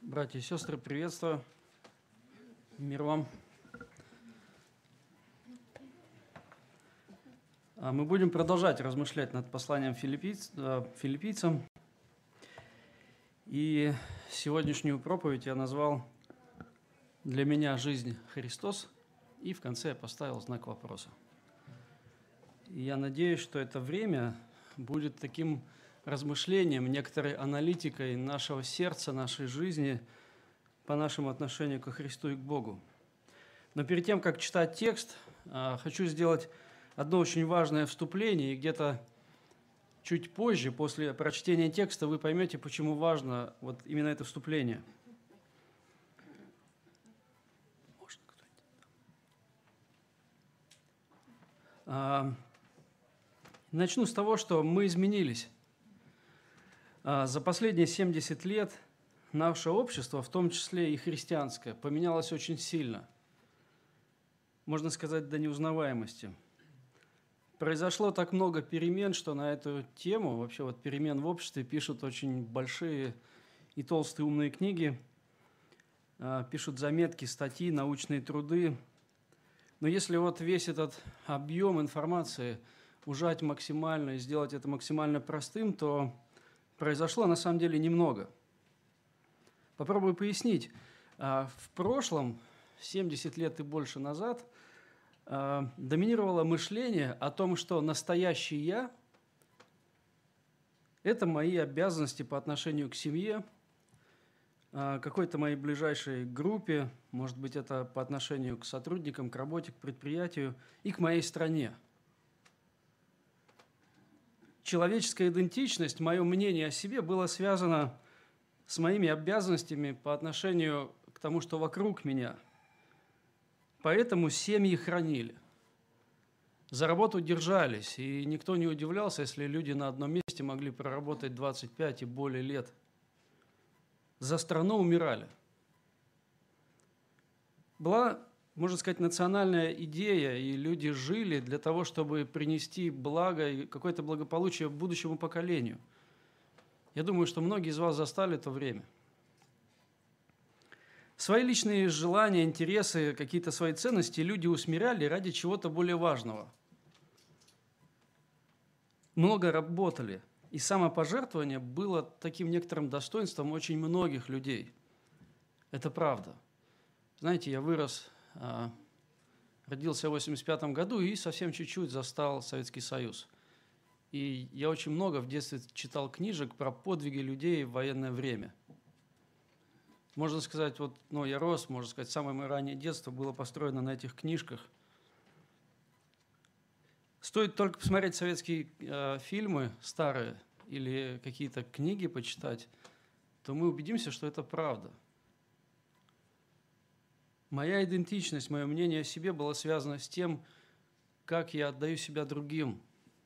Братья и сестры, приветствую. Мир вам. Мы будем продолжать размышлять над посланием филиппийцам. И сегодняшнюю проповедь я назвал «Для меня жизнь Христос», и в конце я поставил знак вопроса. И я надеюсь, что это время будет таким размышлением, некоторой аналитикой нашего сердца, нашей жизни по нашему отношению ко Христу и к Богу. Но перед тем, как читать текст, хочу сделать одно очень важное вступление, и где-то чуть позже, после прочтения текста, вы поймете, почему важно вот именно это вступление. Начну с того, что мы изменились. За последние 70 лет наше общество, в том числе и христианское, поменялось очень сильно. Можно сказать, до неузнаваемости. Произошло так много перемен, что на эту тему, вообще вот перемен в обществе, пишут очень большие и толстые умные книги, пишут заметки, статьи, научные труды. Но если вот весь этот объем информации ужать максимально и сделать это максимально простым, то произошло на самом деле немного. Попробую пояснить. В прошлом, 70 лет и больше назад, доминировало мышление о том, что настоящий «я» – это мои обязанности по отношению к семье, какой-то моей ближайшей группе, может быть, это по отношению к сотрудникам, к работе, к предприятию и к моей стране. Человеческая идентичность, мое мнение о себе было связано с моими обязанностями по отношению к тому, что вокруг меня. Поэтому семьи хранили. За работу держались, и никто не удивлялся, если люди на одном месте могли проработать 25 и более лет. За страну умирали. Была, можно сказать, национальная идея, и люди жили для того, чтобы принести благо и какое-то благополучие будущему поколению. Я думаю, что многие из вас застали то время. Свои личные желания, интересы, какие-то свои ценности люди усмиряли ради чего-то более важного. Много работали, и самопожертвование было таким некоторым достоинством очень многих людей. Это правда. Знаете, я родился в 1985 году и совсем чуть-чуть застал Советский Союз. И я очень много в детстве читал книжек про подвиги людей в военное время. Можно сказать, я рос, можно сказать, самое мое раннее детство было построено на этих книжках. Стоит только посмотреть советские фильмы старые или какие-то книги почитать, то мы убедимся, что это правда. Моя идентичность, мое мнение о себе было связано с тем, как я отдаю себя другим.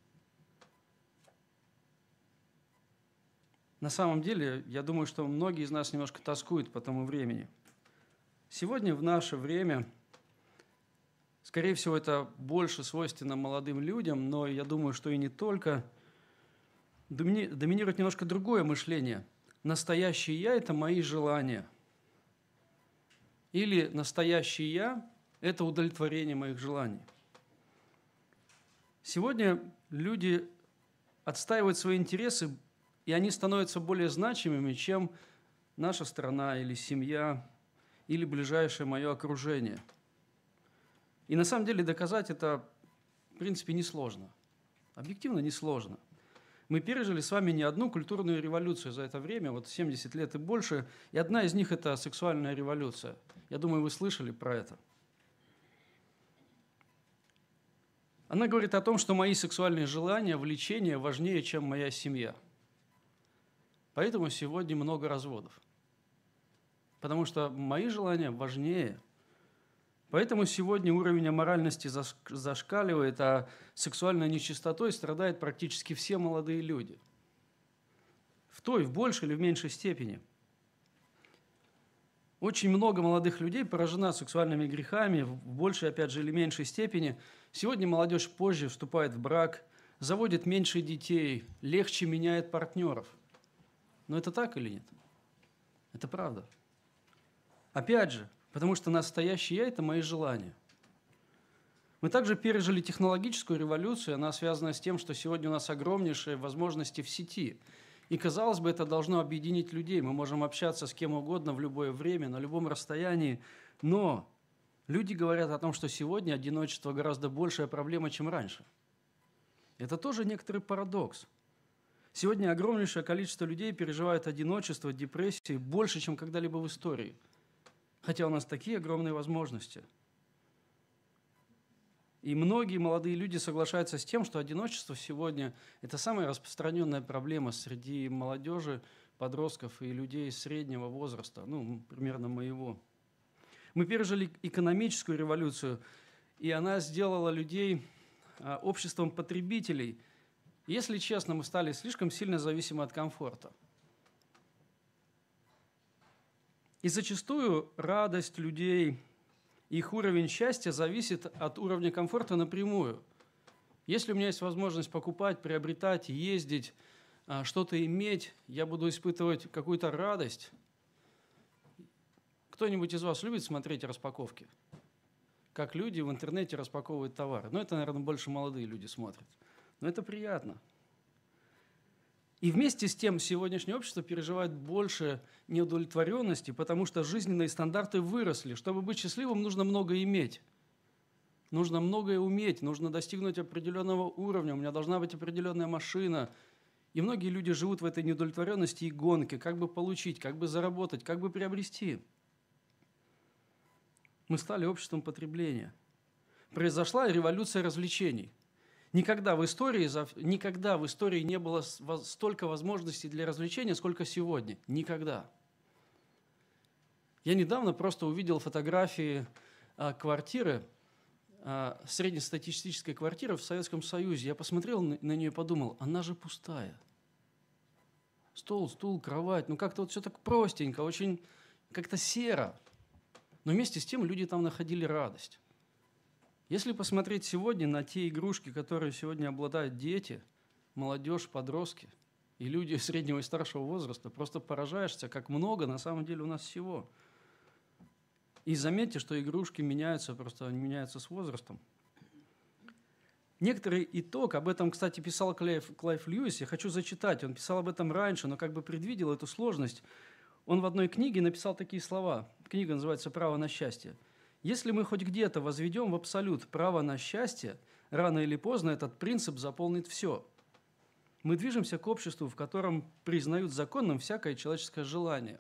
На самом деле, я думаю, что многие из нас немножко тоскуют по тому времени. Сегодня, в наше время, скорее всего, это больше свойственно молодым людям, но я думаю, что и не только, доминирует немножко другое мышление. Настоящее «я» – это мои желания. Или настоящее «я» – это удовлетворение моих желаний. Сегодня люди отстаивают свои интересы, и они становятся более значимыми, чем наша страна или семья, или ближайшее мое окружение. И на самом деле доказать это, в принципе, несложно. Объективно несложно. Мы пережили с вами не одну культурную революцию за это время, 70 лет и больше, и одна из них – это сексуальная революция. Я думаю, вы слышали про это. Она говорит о том, что мои сексуальные желания, влечения важнее, чем моя семья. Поэтому сегодня много разводов. Потому что мои желания важнее. Поэтому сегодня уровень аморальности зашкаливает, а сексуальной нечистотой страдают практически все молодые люди. В большей или в меньшей степени. Очень много молодых людей поражена сексуальными грехами, в большей, опять же, или меньшей степени. Сегодня молодежь позже вступает в брак, заводит меньше детей, легче меняет партнеров. Но это так или нет? Это правда. Опять же, потому что настоящее «я» – это мои желания. Мы также пережили технологическую революцию, она связана с тем, что сегодня у нас огромнейшие возможности в сети. И, казалось бы, это должно объединить людей. Мы можем общаться с кем угодно в любое время, на любом расстоянии. Но люди говорят о том, что сегодня одиночество гораздо большая проблема, чем раньше. Это тоже некоторый парадокс. Сегодня огромнейшее количество людей переживает одиночество, депрессию больше, чем когда-либо в истории. Хотя у нас такие огромные возможности. И многие молодые люди соглашаются с тем, что одиночество сегодня – это самая распространенная проблема среди молодежи, подростков и людей среднего возраста, примерно моего. Мы пережили экономическую революцию, и она сделала людей обществом потребителей. Если честно, мы стали слишком сильно зависимы от комфорта. И зачастую радость людей, их уровень счастья зависит от уровня комфорта напрямую. Если у меня есть возможность покупать, приобретать, ездить, что-то иметь, я буду испытывать какую-то радость. Кто-нибудь из вас любит смотреть распаковки? Как люди в интернете распаковывают товары? Это, наверное, больше молодые люди смотрят. Но это приятно. И вместе с тем сегодняшнее общество переживает больше неудовлетворенности, потому что жизненные стандарты выросли. Чтобы быть счастливым, нужно много иметь. Нужно многое уметь, нужно достигнуть определенного уровня, у меня должна быть определенная машина. И многие люди живут в этой неудовлетворенности и гонке, как бы получить, как бы заработать, как бы приобрести. Мы стали обществом потребления. Произошла революция развлечений. Никогда в истории не было столько возможностей для развлечения, сколько сегодня. Никогда. Я недавно просто увидел фотографии квартиры, среднестатистической квартиры в Советском Союзе. Я посмотрел на нее и подумал, она же пустая. Стол, стул, кровать, как-то все так простенько, очень как-то серо. Но вместе с тем люди там находили радость. Если посмотреть сегодня на те игрушки, которые сегодня обладают дети, молодежь, подростки и люди среднего и старшего возраста, просто поражаешься, как много на самом деле у нас всего. И заметьте, что игрушки меняются, просто они меняются с возрастом. Некоторый итог, об этом, кстати, писал Клайв Льюис, я хочу зачитать, он писал об этом раньше, но как бы предвидел эту сложность. Он в одной книге написал такие слова, книга называется «Право на счастье». Если мы хоть где-то возведем в абсолют право на счастье, рано или поздно этот принцип заполнит все. Мы движемся к обществу, в котором признают законным всякое человеческое желание.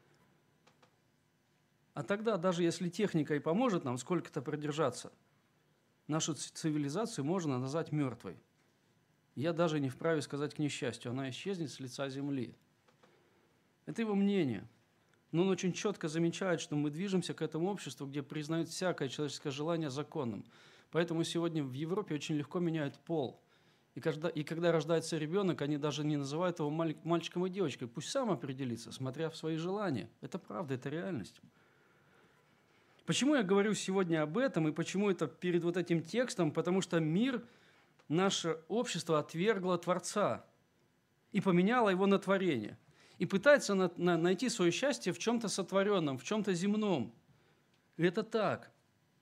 А тогда, даже если техника и поможет нам сколько-то продержаться, нашу цивилизацию можно назвать мертвой. Я даже не вправе сказать к несчастью, она исчезнет с лица земли. Это его мнение. Но он очень четко замечает, что мы движемся к этому обществу, где признают всякое человеческое желание законным. Поэтому сегодня в Европе очень легко меняют пол. И когда рождается ребенок, они даже не называют его мальчиком и девочкой. Пусть сам определится, смотря в свои желания. Это правда, это реальность. Почему я говорю сегодня об этом и почему это перед вот этим текстом? Потому что мир, наше общество отвергло Творца и поменяло его на творение. И пытается найти свое счастье в чем-то сотворенном, в чем-то земном. И это так.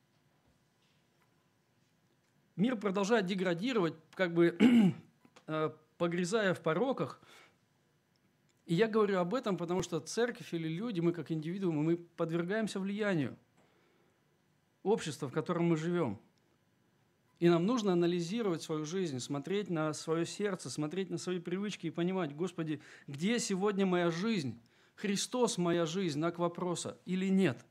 Мир продолжает деградировать, погрязая в пороках. И я говорю об этом, потому что церковь или люди, мы как индивидуумы, мы подвергаемся влиянию общества, в котором мы живем. И нам нужно анализировать свою жизнь, смотреть на свое сердце, смотреть на свои привычки и понимать, Господи, где сегодня моя жизнь? Христос моя жизнь, знак вопроса, или нет?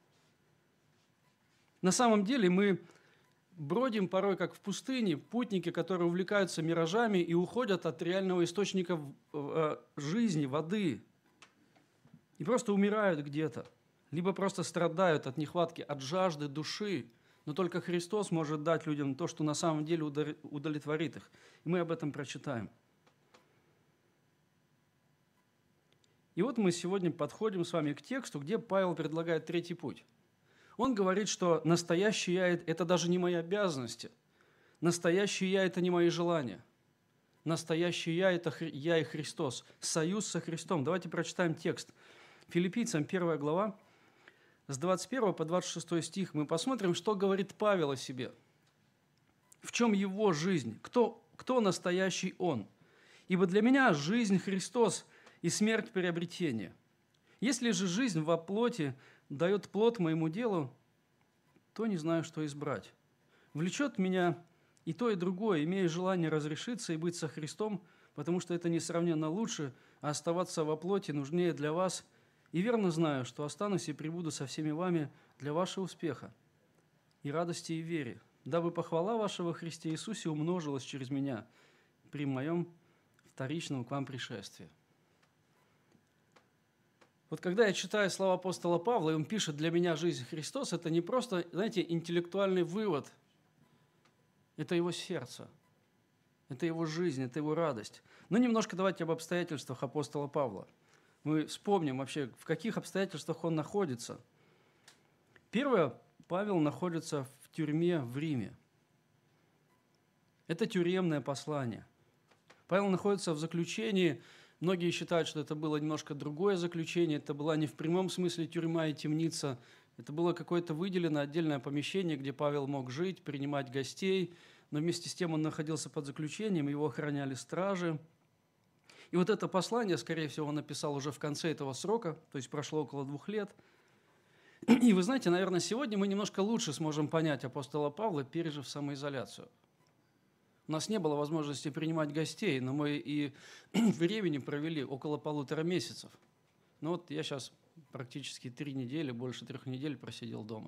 На самом деле мы бродим порой, как в пустыне, путники, которые увлекаются миражами и уходят от реального источника жизни, воды, и просто умирают где-то, либо просто страдают от нехватки, от жажды души. Но только Христос может дать людям то, что на самом деле удовлетворит их. И мы об этом прочитаем. И вот мы сегодня подходим с вами к тексту, где Павел предлагает третий путь. Он говорит, что настоящий я – это даже не мои обязанности. Настоящий я – это не мои желания. Настоящий я – это я и Христос. Союз со Христом. Давайте прочитаем текст. Филиппийцам 1 глава, с 21 по 26 стих мы посмотрим, что говорит Павел о себе. В чем его жизнь, кто настоящий он. «Ибо для меня жизнь Христос и смерть приобретение. Если же жизнь во плоти дает плод моему делу, то не знаю, что избрать. Влечет меня и то, и другое, имея желание разрешиться и быть со Христом, потому что это несравненно лучше, а оставаться во плоти нужнее для вас. И верно знаю, что останусь и пребуду со всеми вами для вашего успеха и радости и вере, дабы похвала ваша во Христе Иисусе умножилась через меня при моем вторичном к вам пришествии». Вот когда я читаю слова апостола Павла, и он пишет «для меня жизнь Христос», это не просто, знаете, интеллектуальный вывод, это его сердце, это его жизнь, это его радость. Но немножко давайте об обстоятельствах апостола Павла. Мы вспомним вообще, в каких обстоятельствах он находится. Первое, Павел находится в тюрьме в Риме. Это тюремное послание. Павел находится в заключении. Многие считают, что это было немножко другое заключение. Это была не в прямом смысле тюрьма и темница. Это было какое-то выделено отдельное помещение, где Павел мог жить, принимать гостей. Но вместе с тем он находился под заключением, его охраняли стражи. И вот это послание, скорее всего, он написал уже в конце этого срока, то есть прошло около 2 лет. И вы знаете, наверное, сегодня мы немножко лучше сможем понять апостола Павла, пережив самоизоляцию. У нас не было возможности принимать гостей, но мы и времени провели около 1,5 месяцев. Ну вот я сейчас практически 3 недели, больше 3 недель просидел дома.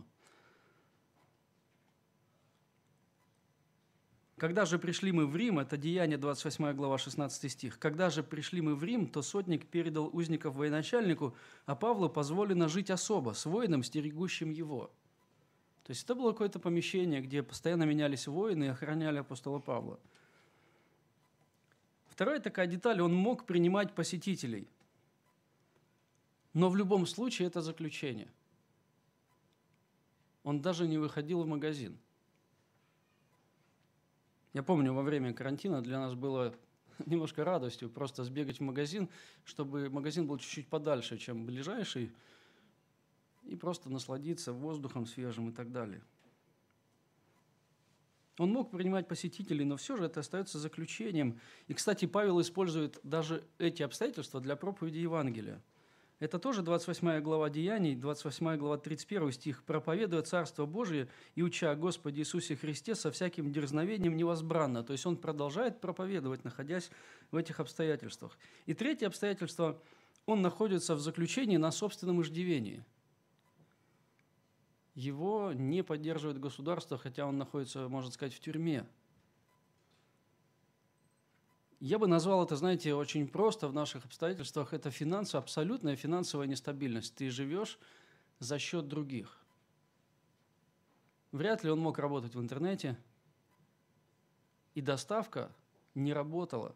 Когда же пришли мы в Рим, это Деяние, 28 глава, 16 стих. Когда же пришли мы в Рим, то сотник передал узников военачальнику, а Павлу позволено жить особо, с воином, стерегущим его. То есть это было какое-то помещение, где постоянно менялись воины и охраняли апостола Павла. Вторая такая деталь, он мог принимать посетителей. Но в любом случае это заключение. Он даже не выходил в магазин. Я помню, во время карантина для нас было немножко радостью просто сбегать в магазин, чтобы магазин был чуть-чуть подальше, чем ближайший, и просто насладиться воздухом свежим и так далее. Он мог принимать посетителей, но все же это остается заключением. И, кстати, Павел использует даже эти обстоятельства для проповеди Евангелия. Это тоже 28 глава Деяний, 28 глава 31 стих. «Проповедуя Царство Божие и уча о Господе Иисусе Христе со всяким дерзновением невозбранно». То есть он продолжает проповедовать, находясь в этих обстоятельствах. И третье обстоятельство, он находится в заключении на собственном иждивении. Его не поддерживает государство, хотя он находится, можно сказать, в тюрьме. Я бы назвал это, знаете, очень просто в наших обстоятельствах. Это абсолютная финансовая нестабильность. Ты живешь за счет других. Вряд ли он мог работать в интернете, и доставка не работала.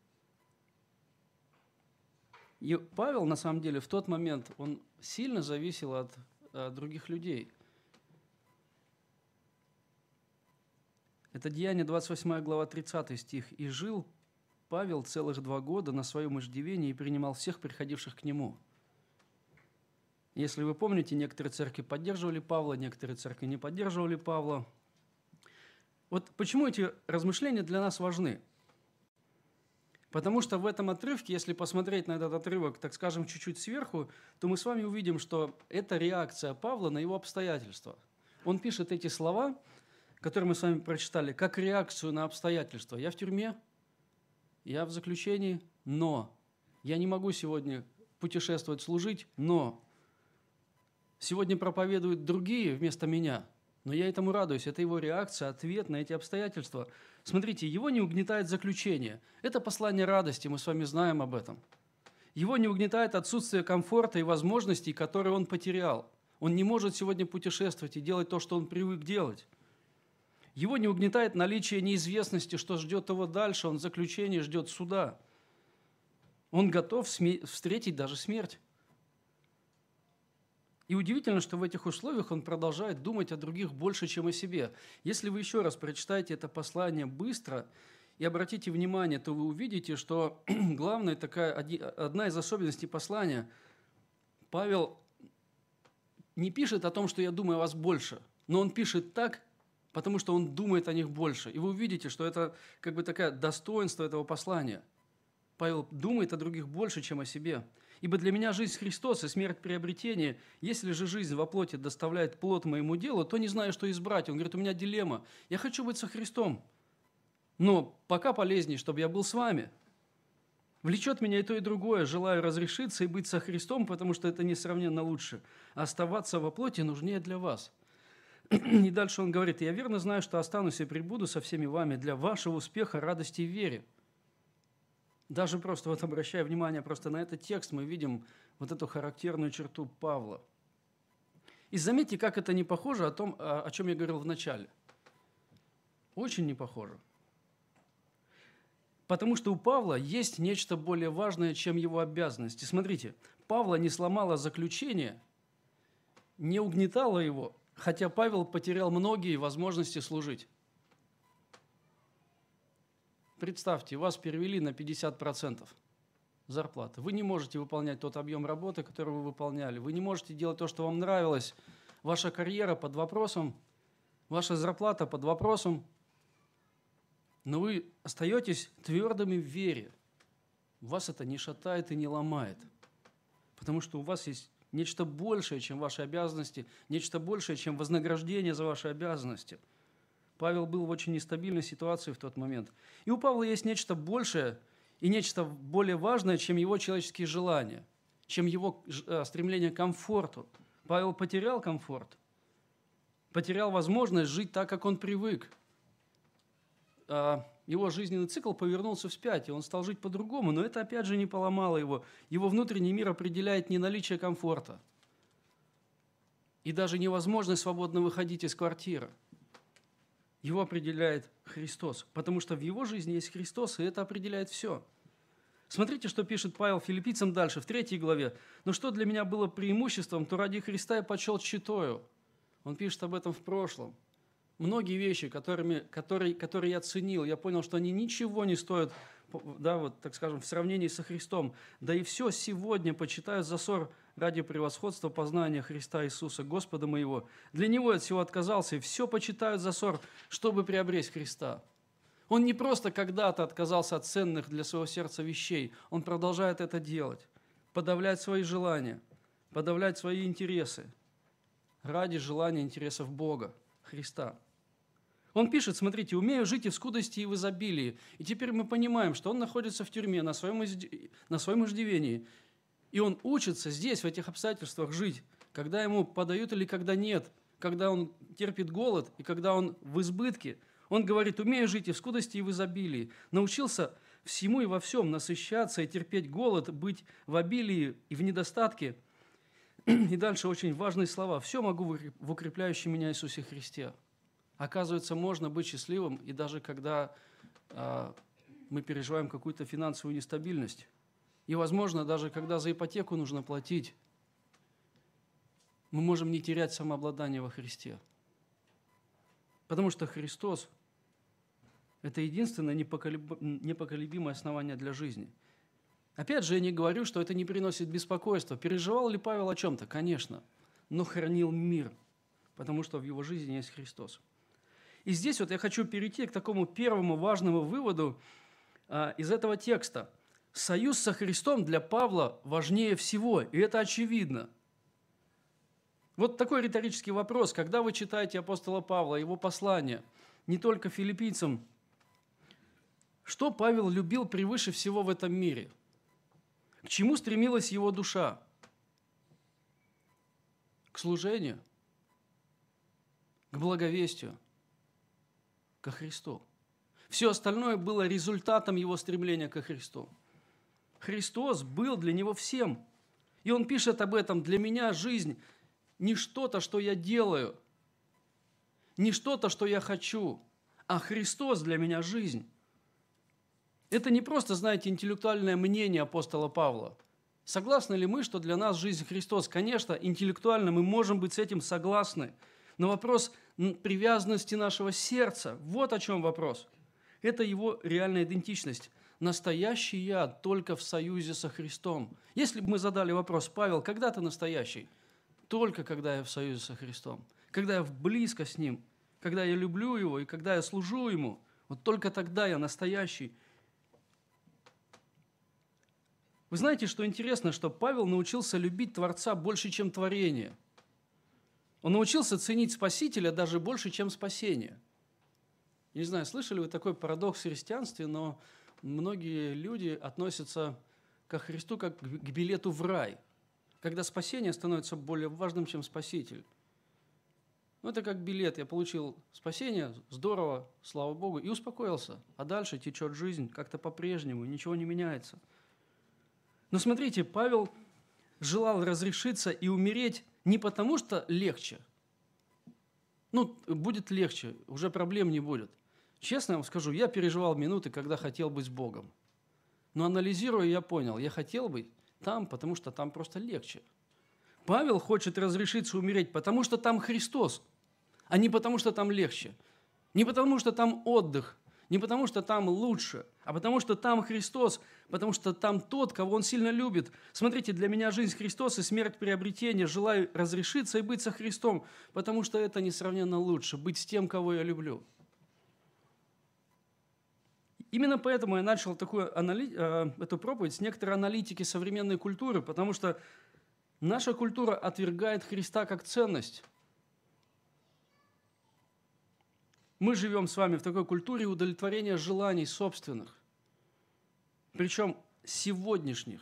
И Павел, на самом деле, в тот момент, он сильно зависел от других людей. Это Деяние, 28 глава, 30 стих. «И жил Павел целых 2 года на своем иждивении и принимал всех приходивших к нему». Если вы помните, некоторые церкви поддерживали Павла, некоторые церкви не поддерживали Павла. Вот почему эти размышления для нас важны? Потому что в этом отрывке, если посмотреть на этот отрывок, так скажем, чуть-чуть сверху, то мы с вами увидим, что это реакция Павла на его обстоятельства. Он пишет эти слова, которые мы с вами прочитали, как реакцию на обстоятельства. Я в тюрьме, я в заключении, но я не могу сегодня путешествовать, служить, но сегодня проповедуют другие вместо меня, но я этому радуюсь. Это его реакция, ответ на эти обстоятельства. Смотрите, его не угнетает заключение. Это послание радости, мы с вами знаем об этом. Его не угнетает отсутствие комфорта и возможностей, которые он потерял. Он не может сегодня путешествовать и делать то, что он привык делать. Его не угнетает наличие неизвестности, что ждет его дальше, он в заключении ждет суда. Он готов встретить даже смерть. И удивительно, что в этих условиях он продолжает думать о других больше, чем о себе. Если вы еще раз прочитаете это послание быстро и обратите внимание, то вы увидите, что главная одна из особенностей послания, Павел не пишет о том, что я думаю о вас больше, но он пишет так, потому что он думает о них больше. И вы увидите, что это как бы такое достоинство этого послания. Павел думает о других больше, чем о себе. «Ибо для меня жизнь Христос и смерть приобретение. Если же жизнь во плоти доставляет плод моему делу, то не знаю, что избрать». Он говорит, у меня дилемма. Я хочу быть со Христом, но пока полезнее, чтобы я был с вами. Влечет меня и то, и другое. Желаю разрешиться и быть со Христом, потому что это несравненно лучше. А оставаться во плоти нужнее для вас. И дальше он говорит, я верно знаю, что останусь и пребуду со всеми вами для вашего успеха, радости и веры. Даже просто вот обращая внимание просто на этот текст, мы видим вот эту характерную черту Павла. И заметьте, как это не похоже о том, о чем я говорил в начале. Очень не похоже. Потому что у Павла есть нечто более важное, чем его обязанности. Смотрите, Павла не сломало заключение, не угнетало его, хотя Павел потерял многие возможности служить. Представьте, вас перевели на 50% зарплаты. Вы не можете выполнять тот объем работы, который вы выполняли. Вы не можете делать то, что вам нравилось. Ваша карьера под вопросом, ваша зарплата под вопросом. Но вы остаетесь твердыми в вере. Вас это не шатает и не ломает. Потому что у вас есть нечто большее, чем ваши обязанности, нечто большее, чем вознаграждение за ваши обязанности. Павел был в очень нестабильной ситуации в тот момент. И у Павла есть нечто большее и нечто более важное, чем его человеческие желания, чем его стремление к комфорту. Павел потерял комфорт, потерял возможность жить так, как он привык. Его жизненный цикл повернулся вспять, и он стал жить по-другому, но это опять же не поломало его. Его внутренний мир определяет не наличие комфорта и даже невозможность свободно выходить из квартиры. Его определяет Христос, потому что в его жизни есть Христос, и это определяет все. Смотрите, что пишет Павел Филиппийцам дальше, в 3 главе. «Но что для меня было преимуществом, то ради Христа я почел тщетою». Он пишет об этом в прошлом. Многие вещи, которые я ценил, я понял, что они ничего не стоят, да, вот, так скажем, в сравнении со Христом. Да и все сегодня почитаю за ссор ради превосходства познания Христа Иисуса, Господа моего. Для Него я от всего отказался, и все почитают за ссор, чтобы приобрести Христа. Он не просто когда-то отказался от ценных для своего сердца вещей, он продолжает это делать, подавлять свои желания, подавлять свои интересы ради желания интересов Бога, Христа. Он пишет, смотрите, «умею жить и в скудости, и в изобилии». И теперь мы понимаем, что он находится в тюрьме на своем иждивении. И он учится здесь, в этих обстоятельствах жить, когда ему подают или когда нет, когда он терпит голод и когда он в избытке. Он говорит, «умею жить и в скудости, и в изобилии». Научился всему и во всем насыщаться и терпеть голод, быть в обилии и в недостатке. И дальше очень важные слова. «Все могу в укрепляющем меня Иисусе Христе». Оказывается, можно быть счастливым, и даже когда мы переживаем какую-то финансовую нестабильность. И, возможно, даже когда за ипотеку нужно платить, мы можем не терять самообладание во Христе. Потому что Христос – это единственное непоколебимое основание для жизни. Опять же, я не говорю, что это не приносит беспокойства. Переживал ли Павел о чем-то? Конечно. Но хранил мир, потому что в его жизни есть Христос. И здесь вот я хочу перейти к такому первому важному выводу из этого текста. Союз со Христом для Павла важнее всего, и это очевидно. Вот такой риторический вопрос. Когда вы читаете апостола Павла, его послание, не только филиппийцам, что Павел любил превыше всего в этом мире? К чему стремилась его душа? К служению, к благовестию, ко Христу. Все остальное было результатом его стремления ко Христу. Христос был для него всем. И он пишет об этом: «Для меня жизнь не что-то, что я делаю, не что-то, что я хочу, а Христос для меня жизнь». Это не просто, знаете, интеллектуальное мнение апостола Павла. Согласны ли мы, что для нас жизнь Христос? Конечно, интеллектуально мы можем быть с этим согласны. Но вопрос привязанности нашего сердца, вот о чем вопрос. Это его реальная идентичность. Настоящий я только в союзе со Христом. Если бы мы задали вопрос: Павел, когда ты настоящий? только когда я в союзе со Христом, когда я близко с Ним, когда я люблю Его и когда я служу Ему. Вот только тогда я настоящий. Вы знаете, что интересно, что Павел научился любить Творца больше, чем творение. Он научился ценить Спасителя даже больше, чем спасение. Я не знаю, слышали вы такой парадокс в христианстве, но многие люди относятся ко Христу как к билету в рай, когда спасение становится более важным, чем Спаситель. Ну, это как билет. Я получил спасение, здорово, слава Богу, и успокоился. А дальше течет жизнь как-то по-прежнему, ничего не меняется. Но смотрите, Павел желал разрешиться и умереть не потому, что легче. Ну, будет легче, уже проблем не будет. Честно вам скажу, я переживал минуты, когда хотел быть с Богом. Но анализируя, я понял, я хотел быть там, потому что там просто легче. Павел хочет разрешиться умереть, потому что там Христос, а не потому что там легче. Не потому что там отдых, не потому что там лучше, а потому что там Христос, потому что там тот, кого Он сильно любит. Смотрите, для меня жизнь Христос и смерть приобретение. Желаю разрешиться и быть со Христом, потому что это несравненно лучше, быть с тем, кого я люблю. Именно поэтому я начал эту проповедь с некоторой аналитики современной культуры, потому что наша культура отвергает Христа как ценность. Мы живем с вами в такой культуре удовлетворения желаний собственных, причем сегодняшних.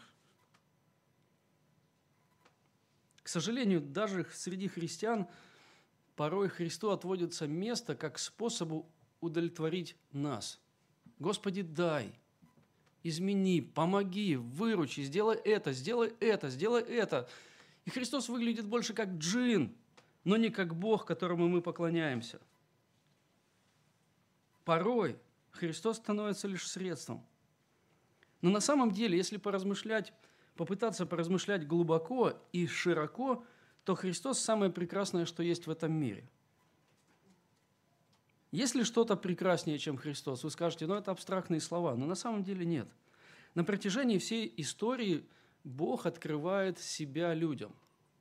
К сожалению, даже среди христиан порой Христу отводится место как способу удовлетворить нас. Господи, дай, измени, помоги, выручи, сделай это, сделай это, сделай это. И Христос выглядит больше как джин, но не как Бог, которому мы поклоняемся. Порой Христос становится лишь средством. Но на самом деле, если попытаться поразмышлять глубоко и широко, то Христос самое прекрасное, что есть в этом мире. Есть ли что-то прекраснее, чем Христос? Вы скажете, это абстрактные слова, но на самом деле нет. На протяжении всей истории Бог открывает себя людям.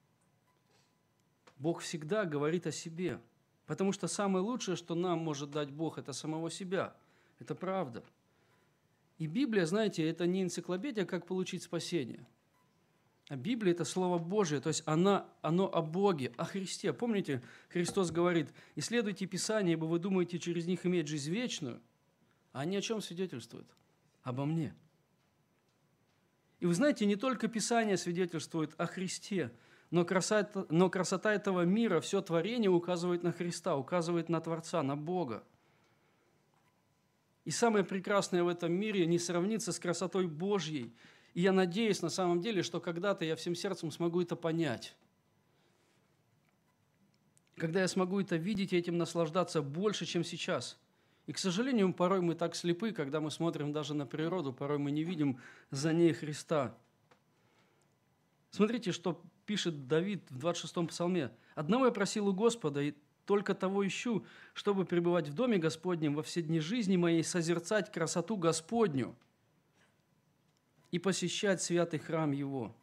Бог всегда говорит о себе, потому что самое лучшее, что нам может дать Бог, это самого себя. Это правда. И Библия, знаете, это не энциклопедия, как получить спасение. А Библия – это Слово Божие, то есть оно о Боге, о Христе. Помните, Христос говорит, «Исследуйте Писание, ибо вы думаете через них иметь жизнь вечную». А они о чем свидетельствуют? Обо мне. И вы знаете, не только Писание свидетельствует о Христе, но красота этого мира, все творение указывает на Христа, указывает на Творца, на Бога. И самое прекрасное в этом мире не сравнится с красотой Божьей. И я надеюсь на самом деле, что когда-то я всем сердцем смогу это понять. Когда я смогу это видеть и этим наслаждаться больше, чем сейчас. И, к сожалению, порой мы так слепы, когда мы смотрим даже на природу, порой мы не видим за ней Христа. Смотрите, что пишет Давид в 26-м псалме. «Одного я просил у Господа, и только того ищу, чтобы пребывать в доме Господнем во все дни жизни моей, созерцать красоту Господню и посещать святый храм Его».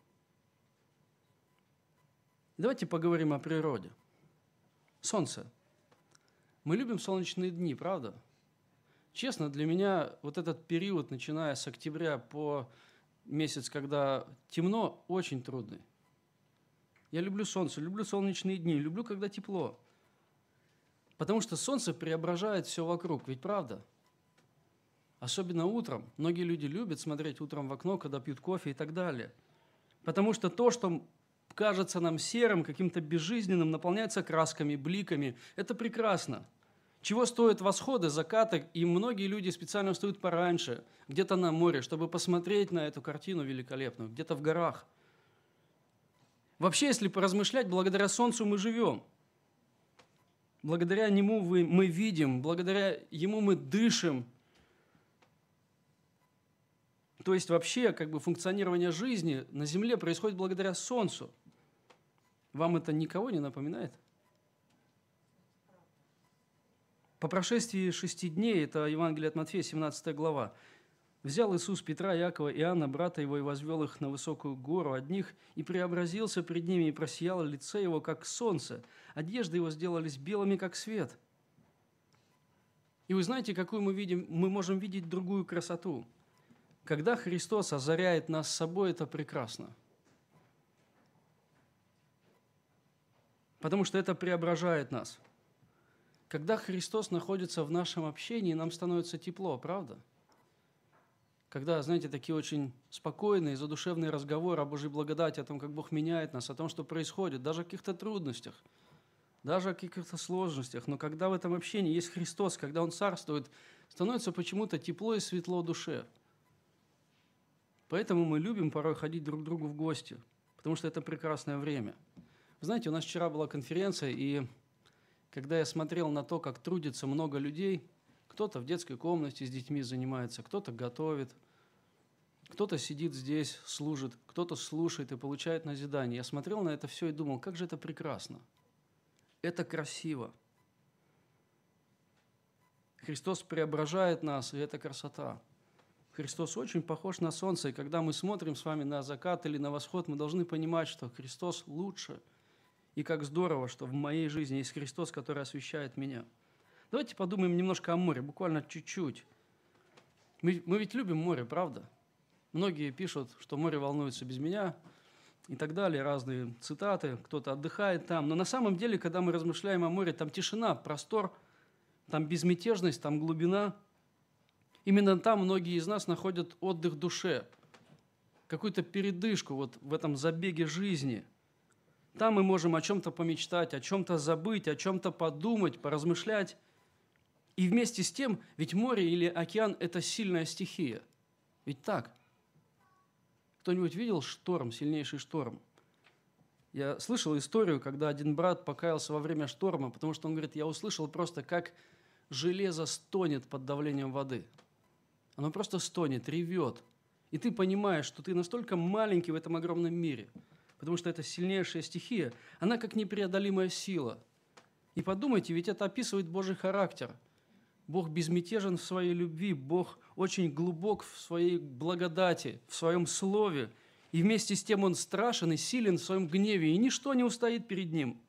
Давайте поговорим о природе. Солнце. Мы любим солнечные дни, правда? Честно, для меня вот этот период, начиная с октября по месяц, когда темно, очень трудный. Я люблю солнце, люблю солнечные дни, люблю, когда тепло. Потому что солнце преображает все вокруг, ведь правда? Особенно утром. Многие люди любят смотреть утром в окно, когда пьют кофе и так далее. Потому что то, что кажется нам серым, каким-то безжизненным, наполняется красками, бликами. Это прекрасно. Чего стоят восходы, закаты, и многие люди специально встают пораньше, где-то на море, чтобы посмотреть на эту картину великолепную, где-то в горах. Вообще, если поразмышлять, благодаря солнцу мы живем. Благодаря нему мы видим, благодаря ему мы дышим. То есть вообще функционирование жизни на Земле происходит благодаря солнцу. Вам это никого не напоминает? По прошествии 6 дней, это Евангелие от Матфея, 17 глава, Взял Иисус Петра, Иакова и Иоанна, брата его, и возвел их на высокую гору одних, и преобразился пред ними, и просияло лице его, как солнце, одежды его сделались белыми, как свет. И вы знаете, какую мы видим? Мы можем видеть другую красоту. Когда Христос озаряет нас собой, это прекрасно. Потому что это преображает нас. Когда Христос находится в нашем общении, нам становится тепло, правда? Когда, знаете, такие очень спокойные, задушевные разговоры о Божьей благодати, о том, как Бог меняет нас, о том, что происходит, даже о каких-то трудностях, даже о каких-то сложностях. Но когда в этом общении есть Христос, когда Он царствует, становится почему-то тепло и светло душе. Поэтому мы любим порой ходить друг к другу в гости, потому что это прекрасное время. Вы знаете, у нас вчера была конференция, и когда я смотрел на то, как трудится много людей, кто-то в детской комнате с детьми занимается, кто-то готовит, кто-то сидит здесь, служит, кто-то слушает и получает назидание. Я смотрел на это все и думал, как же это прекрасно. Это красиво. Христос преображает нас, и это красота. Христос очень похож на солнце, и когда мы смотрим с вами на закат или на восход, мы должны понимать, что Христос лучше. И как здорово, что в моей жизни есть Христос, который освещает меня. Давайте подумаем немножко о море, буквально чуть-чуть. Мы ведь любим море, правда? Многие пишут, что море волнуется без меня и так далее, разные цитаты, кто-то отдыхает там. Но на самом деле, когда мы размышляем о море, там тишина, простор, там безмятежность, там глубина. Именно там многие из нас находят отдых душе, какую-то передышку вот в этом забеге жизни. Там мы можем о чем-то помечтать, о чем-то забыть, о чем-то подумать, поразмышлять. И вместе с тем, ведь море или океан – это сильная стихия. Ведь так? Кто-нибудь видел шторм, сильнейший шторм? Я слышал историю, когда один брат покаялся во время шторма, потому что он говорит, я услышал просто, как железо стонет под давлением воды. Оно просто стонет, ревет. И ты понимаешь, что ты настолько маленький в этом огромном мире, потому что это сильнейшая стихия, она как непреодолимая сила. И подумайте, ведь это описывает Божий характер. Бог безмятежен в своей любви, Бог очень глубок в своей благодати, в своем слове, и вместе с тем Он страшен и силен в своем гневе, и ничто не устоит перед Ним.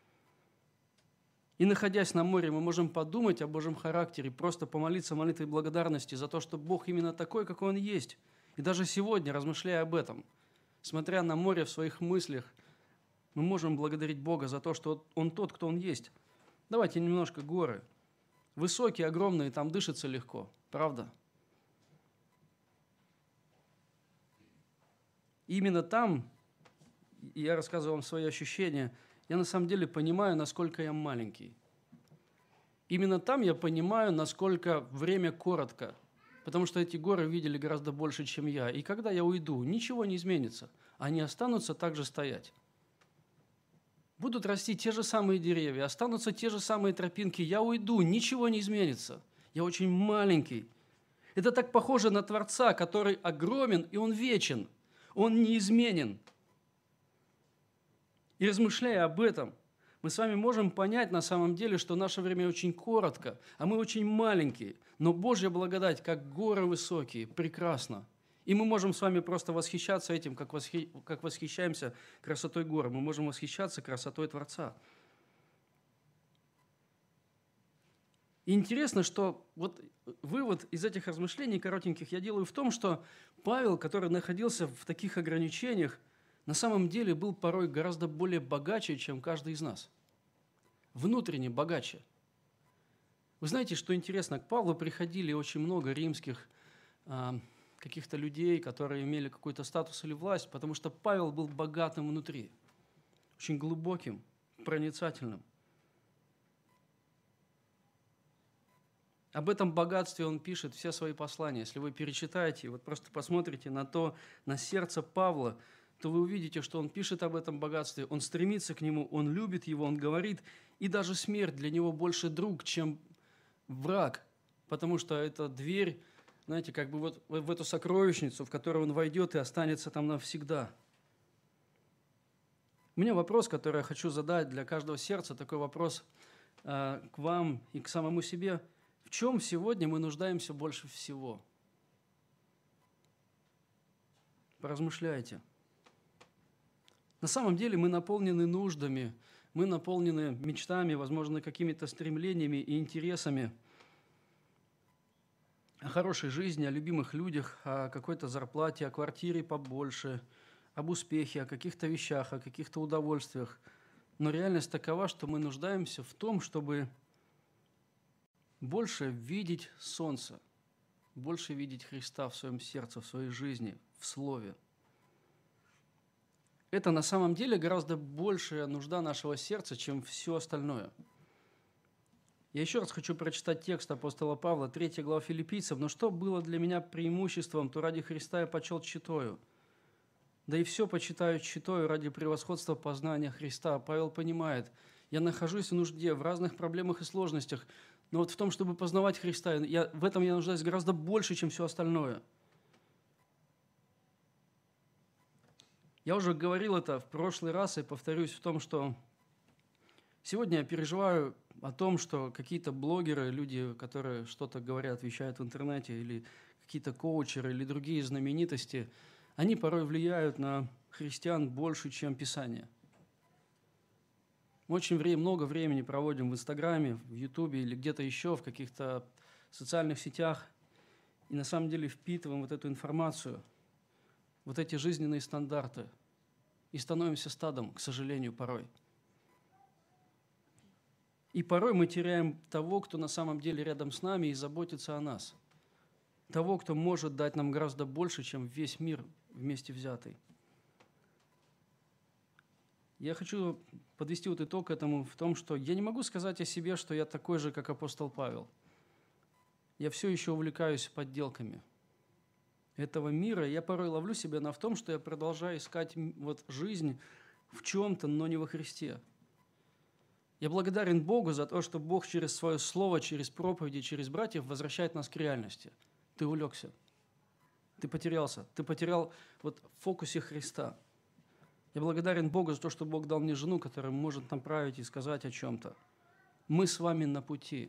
И находясь на море, мы можем подумать о Божьем характере, просто помолиться молитвой благодарности за то, что Бог именно такой, какой Он есть. И даже сегодня, размышляя об этом, смотря на море в своих мыслях, мы можем благодарить Бога за то, что Он тот, кто Он есть. Давайте немножко горы. Высокие, огромные, там дышится легко, правда? И именно там, я рассказываю вам свои ощущения, я на самом деле понимаю, насколько я маленький. Именно там я понимаю, насколько время коротко, потому что эти горы видели гораздо больше, чем я. И когда я уйду, ничего не изменится, они останутся так же стоять. Будут расти те же самые деревья, останутся те же самые тропинки, я уйду, ничего не изменится. Я очень маленький. Это так похоже на Творца, который огромен, и Он вечен, Он неизменен. И размышляя об этом, мы с вами можем понять на самом деле, что наше время очень коротко, а мы очень маленькие. Но Божья благодать, как горы высокие, прекрасна. И мы можем с вами просто восхищаться этим, как восхищаемся красотой гор. Мы можем восхищаться красотой Творца. И интересно, что вот вывод из этих размышлений коротеньких я делаю в том, что Павел, который находился в таких ограничениях, на самом деле был порой гораздо более богаче, чем каждый из нас. Внутренне богаче. Вы знаете, что интересно, к Павлу приходили очень много римских каких-то людей, которые имели какой-то статус или власть, потому что Павел был богатым внутри, очень глубоким, проницательным. Об этом богатстве он пишет все свои послания. Если вы перечитаете, вот просто посмотрите на сердце Павла, то вы увидите, что он пишет об этом богатстве, он стремится к нему, он любит его, он говорит, и даже смерть для него больше друг, чем враг, потому что это дверь, знаете, как бы вот в эту сокровищницу, в которую он войдет и останется там навсегда. У меня вопрос, который я хочу задать для каждого сердца, такой вопрос к вам и к самому себе. В чем сегодня мы нуждаемся больше всего? Поразмышляйте. На самом деле мы наполнены нуждами, мы наполнены мечтами, возможно, какими-то стремлениями и интересами о хорошей жизни, о любимых людях, о какой-то зарплате, о квартире побольше, об успехе, о каких-то вещах, о каких-то удовольствиях. Но реальность такова, что мы нуждаемся в том, чтобы больше видеть солнце, больше видеть Христа в своем сердце, в своей жизни, в Слове. Это на самом деле гораздо большая нужда нашего сердца, чем все остальное. Я еще раз хочу прочитать текст апостола Павла, 3 глава Филиппийцев. «Но что было для меня преимуществом, то ради Христа я почел тщетою. Да и все почитаю тщетою ради превосходства познания Христа». Павел понимает, я нахожусь в нужде, в разных проблемах и сложностях, но вот в том, чтобы познавать Христа, в этом я нуждаюсь гораздо больше, чем все остальное. Я уже говорил это в прошлый раз и повторюсь в том, что сегодня я переживаю о том, что какие-то блогеры, люди, которые что-то говорят, вещают в интернете, или какие-то коучеры, или другие знаменитости, они порой влияют на христиан больше, чем Писание. Мы очень много времени проводим в Инстаграме, в Ютубе или где-то еще, в каких-то социальных сетях, и на самом деле впитываем вот эту информацию, вот эти жизненные стандарты, и становимся стадом, к сожалению, порой. И порой мы теряем того, кто на самом деле рядом с нами и заботится о нас. Того, кто может дать нам гораздо больше, чем весь мир вместе взятый. Я хочу подвести вот итог этому в том, что я не могу сказать о себе, что я такой же, как апостол Павел. Я все еще увлекаюсь подделками этого мира. Я порой ловлю себя на том, что я продолжаю искать вот жизнь в чем-то, но не во Христе. Я благодарен Богу за то, что Бог через свое слово, через проповеди, через братьев возвращает нас к реальности. Ты увлекся, ты потерялся, ты потерял вот в фокусе Христа. Я благодарен Богу за то, что Бог дал мне жену, которая может направить и сказать о чем-то. Мы с вами на пути.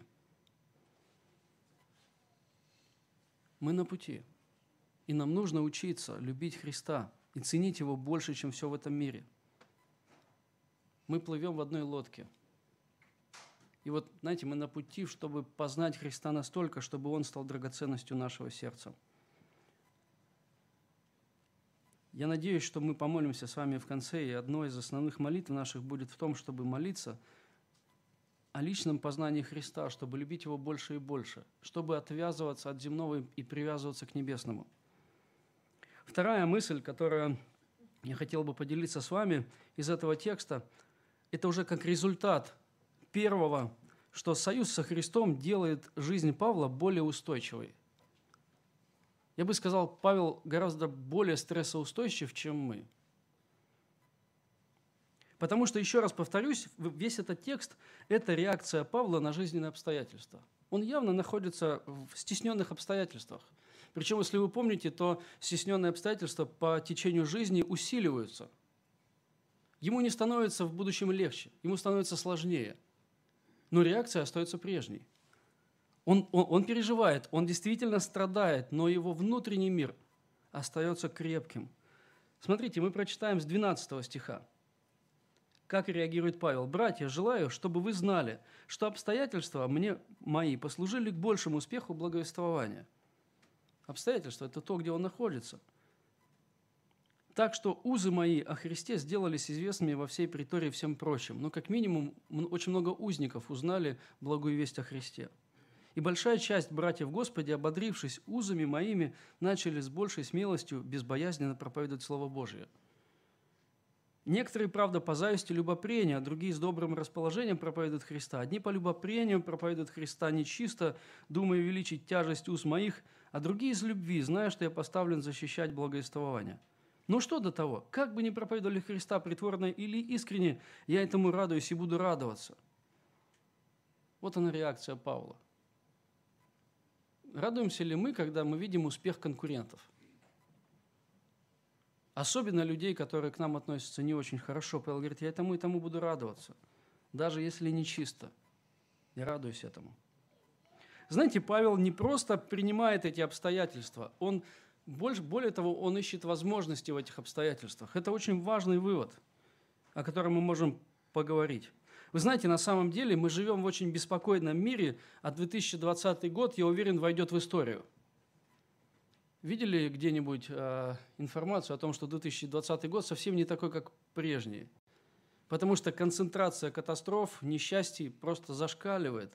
Мы на пути. И нам нужно учиться любить Христа и ценить Его больше, чем все в этом мире. Мы плывем в одной лодке. И вот, знаете, мы на пути, чтобы познать Христа настолько, чтобы Он стал драгоценностью нашего сердца. Я надеюсь, что мы помолимся с вами в конце, и одной из основных молитв наших будет в том, чтобы молиться о личном познании Христа, чтобы любить Его больше и больше, чтобы отвязываться от земного и привязываться к небесному. Вторая мысль, которую я хотел бы поделиться с вами из этого текста, это уже как результат первого, что союз со Христом делает жизнь Павла более устойчивой. Я бы сказал, Павел гораздо более стрессоустойчив, чем мы. Потому что, еще раз повторюсь, весь этот текст – это реакция Павла на жизненные обстоятельства. Он явно находится в стесненных обстоятельствах. Причем, если вы помните, то стесненные обстоятельства по течению жизни усиливаются. Ему не становится в будущем легче, ему становится сложнее. Но реакция остается прежней. Он переживает, он действительно страдает, но его внутренний мир остается крепким. Смотрите, мы прочитаем с 12 стиха. Как реагирует Павел? «Братья, желаю, чтобы вы знали, что обстоятельства мои послужили к большему успеху благовествования». Обстоятельства – это то, где он находится. «Так что узы мои о Христе сделались известными во всей притории всем прочим». Но как минимум очень много узников узнали благую весть о Христе. «И большая часть братьев в Господе, ободрившись узами моими, начали с большей смелостью безбоязненно проповедовать Слово Божие. Некоторые, правда, по зависти любопрения, а другие с добрым расположением проповедуют Христа. Одни по любопрению проповедуют Христа нечисто, думая увеличить тяжесть уз моих, а другие из любви, зная, что я поставлен защищать благовествование. Но что до того? Как бы ни проповедовали Христа притворно или искренне, я этому радуюсь и буду радоваться». Вот она реакция Павла. Радуемся ли мы, когда мы видим успех конкурентов? Особенно людей, которые к нам относятся не очень хорошо. Павел говорит, я этому и тому буду радоваться, даже если не чисто. Я радуюсь этому. Знаете, Павел не просто принимает эти обстоятельства, он Более того, он ищет возможности в этих обстоятельствах. Это очень важный вывод, о котором мы можем поговорить. Вы знаете, на самом деле мы живем в очень беспокойном мире, а 2020 год, я уверен, войдет в историю. Видели где-нибудь информацию о том, что 2020 год совсем не такой, как прежний? Потому что концентрация катастроф, несчастий просто зашкаливает.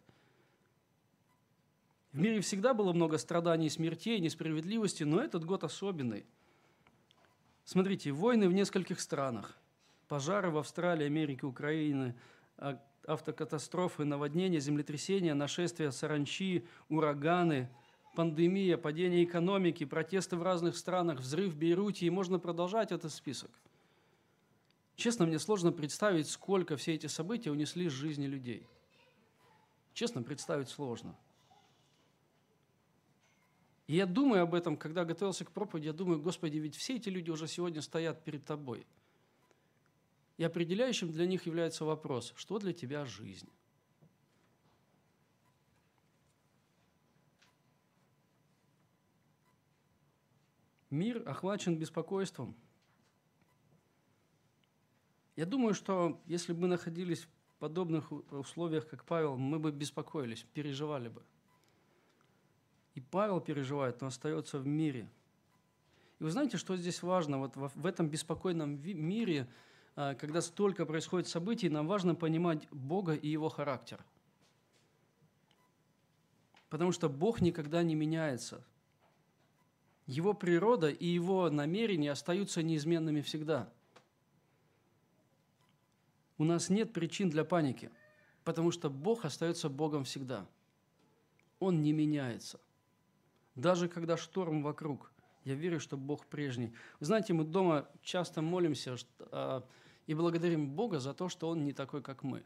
В мире всегда было много страданий, смертей, несправедливости, но этот год особенный. Смотрите, войны в нескольких странах, пожары в Австралии, Америке, Украине, автокатастрофы, наводнения, землетрясения, нашествия саранчи, ураганы, пандемия, падение экономики, протесты в разных странах, взрыв в Бейруте, и можно продолжать этот список. Честно, мне сложно представить, сколько все эти события унесли жизни людей. Честно, представить сложно. И я думаю об этом, когда готовился к проповеди, я думаю, Господи, ведь все эти люди уже сегодня стоят перед Тобой. И определяющим для них является вопрос, что для тебя жизнь? Мир охвачен беспокойством. Я думаю, что если бы мы находились в подобных условиях, как Павел, мы бы беспокоились, переживали бы. И Павел переживает, но остается в мире. И вы знаете, что здесь важно? Вот в этом беспокойном мире, когда столько происходит событий, нам важно понимать Бога и Его характер. Потому что Бог никогда не меняется. Его природа и Его намерения остаются неизменными всегда. У нас нет причин для паники, потому что Бог остается Богом всегда. Он не меняется. Даже когда шторм вокруг, я верю, что Бог прежний. Вы знаете, мы дома часто молимся и благодарим Бога за то, что Он не такой, как мы.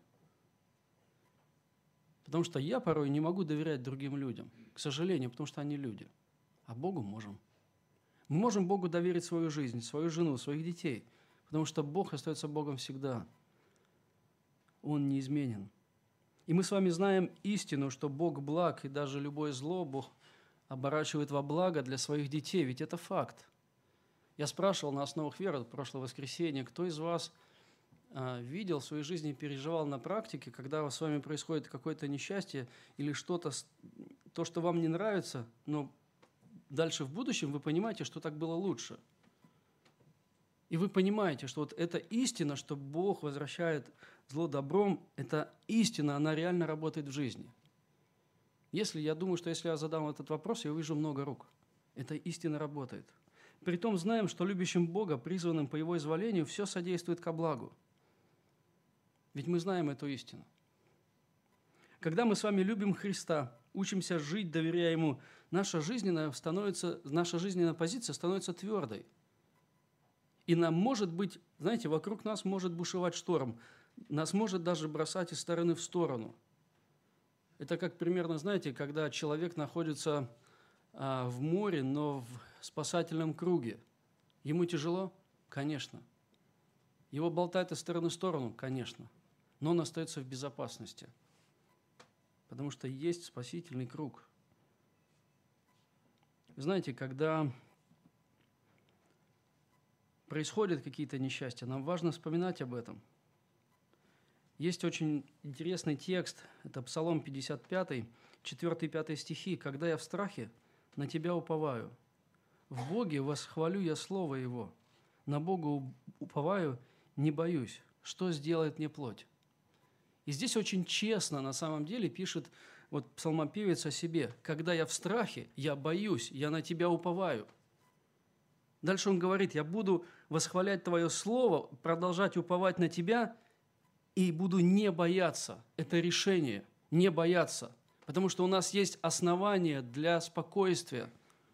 Потому что я порой не могу доверять другим людям, к сожалению, потому что они люди. А Богу можем. Мы можем Богу доверить свою жизнь, свою жену, своих детей, потому что Бог остается Богом всегда. Он неизменен. И мы с вами знаем истину, что Бог благ, и даже любое зло Бог оборачивает во благо для своих детей, ведь это факт. Я спрашивал на основах веры в прошлое воскресенье, кто из вас видел в своей жизни, переживал на практике, когда с вами происходит какое-то несчастье или что-то, то, что вам не нравится, но дальше в будущем вы понимаете, что так было лучше. И вы понимаете, что вот эта истина, что Бог возвращает зло добром, эта истина, она реально работает в жизни. Я думаю, что если я задам этот вопрос, я увижу много рук. Эта истина работает. Притом знаем, что любящим Бога, призванным по Его изволению, все содействует ко благу. Ведь мы знаем эту истину. Когда мы с вами любим Христа, учимся жить, доверяя Ему, наша жизненная позиция становится твердой. И нам может быть, знаете, вокруг нас может бушевать шторм, нас может даже бросать из стороны в сторону. Это как примерно, знаете, когда человек находится в море, но в спасательном круге. Ему тяжело? Конечно. Его болтает из стороны в сторону? Конечно. Но он остается в безопасности, потому что есть спасительный круг. Знаете, когда происходят какие-то несчастья, нам важно вспоминать об этом. Есть очень интересный текст, это Псалом 55, 4-5 стихи. «Когда я в страхе, на Тебя уповаю. В Боге восхвалю я Слово Его. На Бога уповаю, не боюсь. Что сделает мне плоть?» И здесь очень честно, на самом деле, пишет вот псалмопевец о себе. «Когда я в страхе, я боюсь, я на Тебя уповаю». Дальше он говорит: «Я буду восхвалять Твое Слово, продолжать уповать на Тебя, и буду не бояться». Это решение, не бояться, потому что у нас есть основания для спокойствия.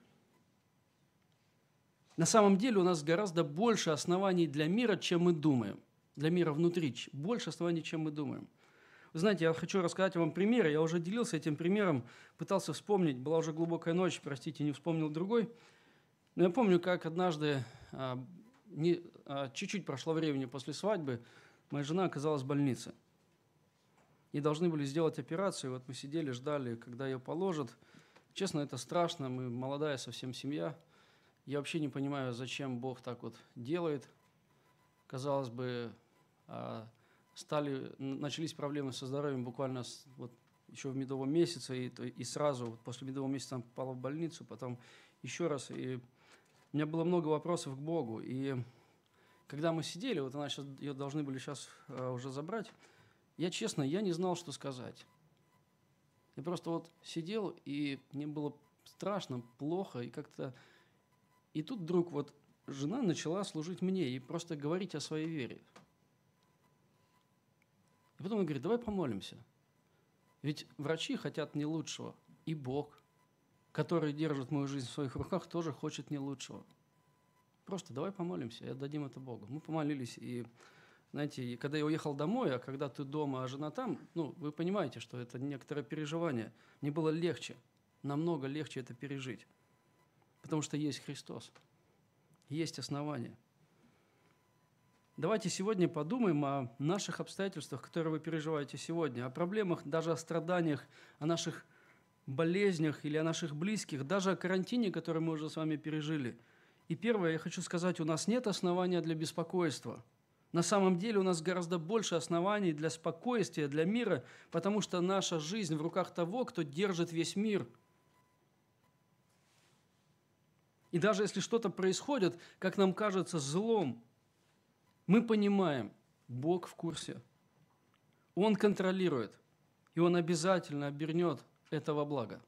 На самом деле у нас гораздо больше оснований для мира, чем мы думаем. Для мира внутри, больше оснований, чем мы думаем. Вы знаете, я хочу рассказать вам пример. Я уже делился этим примером, пытался вспомнить. Была уже глубокая ночь, простите, не вспомнил другой. Но я помню, как однажды, чуть-чуть прошло времени после свадьбы, моя жена оказалась в больнице. И должны были сделать операцию. Вот мы сидели, ждали, когда ее положат. Честно, это страшно. Мы молодая совсем семья. Я вообще не понимаю, зачем Бог так вот делает. Казалось бы, начались проблемы со здоровьем буквально вот еще в медовом месяце, и сразу вот после медового месяца попала в больницу, потом еще раз. И у меня было много вопросов к Богу. И когда мы сидели, вот ее должны были сейчас уже забрать, я не знал, что сказать. Я просто вот сидел, и мне было страшно, плохо, и как-то... И тут вдруг вот жена начала служить мне и просто говорить о своей вере. И потом он говорит, давай помолимся. Ведь врачи хотят не лучшего, и Бог, который держит мою жизнь в своих руках, тоже хочет не лучшего. Просто давай помолимся и отдадим это Богу. Мы помолились, и, знаете, когда я уехал домой, а когда ты дома, а жена там, вы понимаете, что это некоторое переживание. Мне было легче, намного легче это пережить, потому что есть Христос, есть основания. Давайте сегодня подумаем о наших обстоятельствах, которые вы переживаете сегодня, о проблемах, даже о страданиях, о наших болезнях или о наших близких, даже о карантине, который мы уже с вами пережили. И первое, я хочу сказать, у нас нет основания для беспокойства. На самом деле у нас гораздо больше оснований для спокойствия, для мира, потому что наша жизнь в руках того, кто держит весь мир. И даже если что-то происходит, как нам кажется, злом, мы понимаем, Бог в курсе. Он контролирует, и Он обязательно обернет это во благо.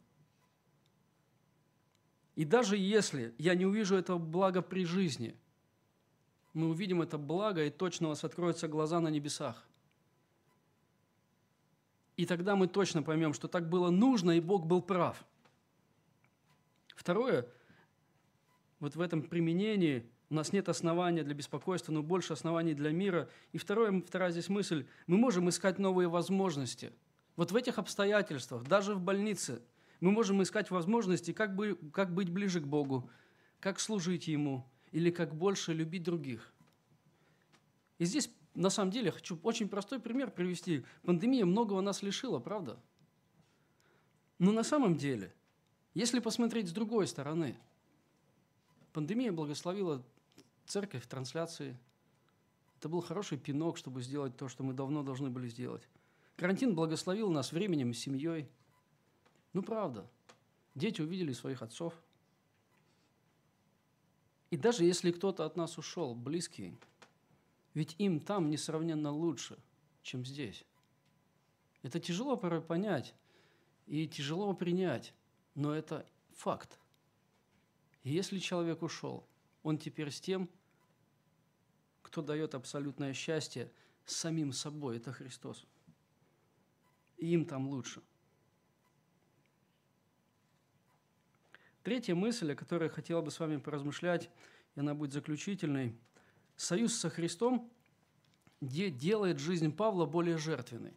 И даже если я не увижу этого блага при жизни, мы увидим это благо, и точно у нас откроются глаза на небесах. И тогда мы точно поймем, что так было нужно, и Бог был прав. Второе, вот в этом применении у нас нет основания для беспокойства, но больше оснований для мира. И вторая здесь мысль, мы можем искать новые возможности. Вот в этих обстоятельствах, даже в больнице, мы можем искать возможности, как быть ближе к Богу, как служить Ему, или как больше любить других. И здесь, на самом деле, хочу очень простой пример привести. Пандемия многого нас лишила, правда? Но на самом деле, если посмотреть с другой стороны, пандемия благословила церковь, трансляции. Это был хороший пинок, чтобы сделать то, что мы давно должны были сделать. Карантин благословил нас временем, семьей. Правда. Дети увидели своих отцов. И даже если кто-то от нас ушел, близкий, ведь им там несравненно лучше, чем здесь. Это тяжело порой понять и тяжело принять, но это факт. И если человек ушел, он теперь с тем, кто дает абсолютное счастье с самим собой, это Христос. И им там лучше. Третья мысль, о которой я хотел бы с вами поразмышлять, и она будет заключительной. Союз со Христом делает жизнь Павла более жертвенной.